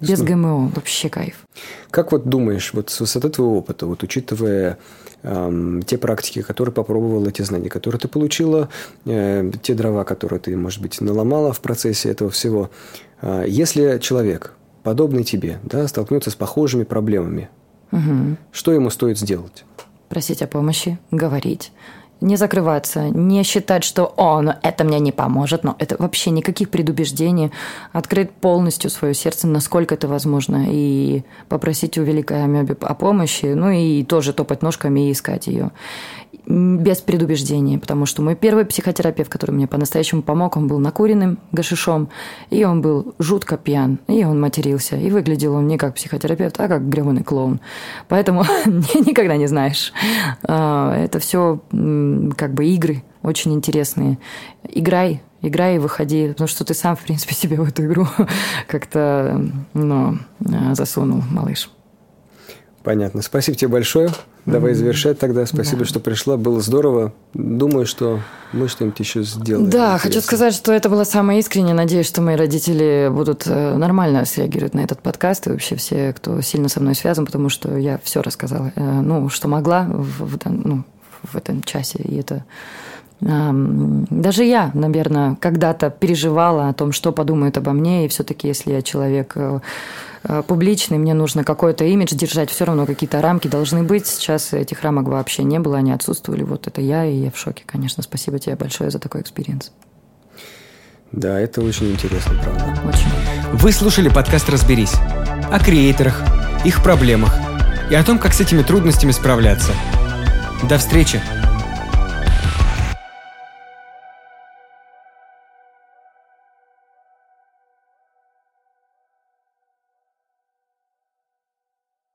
без ГМО. Вообще кайф. Как вот думаешь, вот с высоты твоего опыта, вот учитывая э, те практики, которые попробовала, те знания, которые ты получила, э, те дрова, которые ты, может быть, наломала в процессе этого всего, э, если человек, подобный тебе, да, столкнется с похожими проблемами, угу. что ему стоит сделать? Просить о помощи, говорить. Не закрываться, не считать, что «О, ну это мне не поможет», но это вообще никаких предубеждений. Открыть полностью свое сердце, насколько это возможно, и попросить у великой амебы о помощи, ну и тоже топать ножками и искать ее. Без предубеждений, потому что мой первый психотерапевт, который мне по-настоящему помог, он был накуренным гашишом, и он был жутко пьян, и он матерился, и выглядел он не как психотерапевт, а как гребаный клоун. Поэтому никогда не знаешь. Это все как бы игры очень интересные. Играй, играй и выходи, потому что ты сам, в принципе, себе в эту игру как-то ну, засунул, малыш. Понятно. Спасибо тебе большое. Давай mm-hmm. завершать тогда. Спасибо, да. что пришла. Было здорово. Думаю, что мы что-нибудь еще сделаем. Да, интересно. Хочу сказать, что это было самое искреннее. Надеюсь, что мои родители будут нормально среагировать на этот подкаст. И вообще все, кто сильно со мной связан, потому что я все рассказала. Ну, что могла в, в, ну, в этом часе. И это... Даже я, наверное, когда-то переживала о том, что подумают обо мне. И все-таки, если я человек... публичный, мне нужно какой-то имидж держать, все равно какие-то рамки должны быть. Сейчас этих рамок вообще не было, они отсутствовали. Вот это я, и я в шоке, конечно. Спасибо тебе большое за такой экспириенс. Да, это очень интересно, правда. Очень. Вы слушали подкаст «Разберись» о креаторах, их проблемах и о том, как с этими трудностями справляться. До встречи!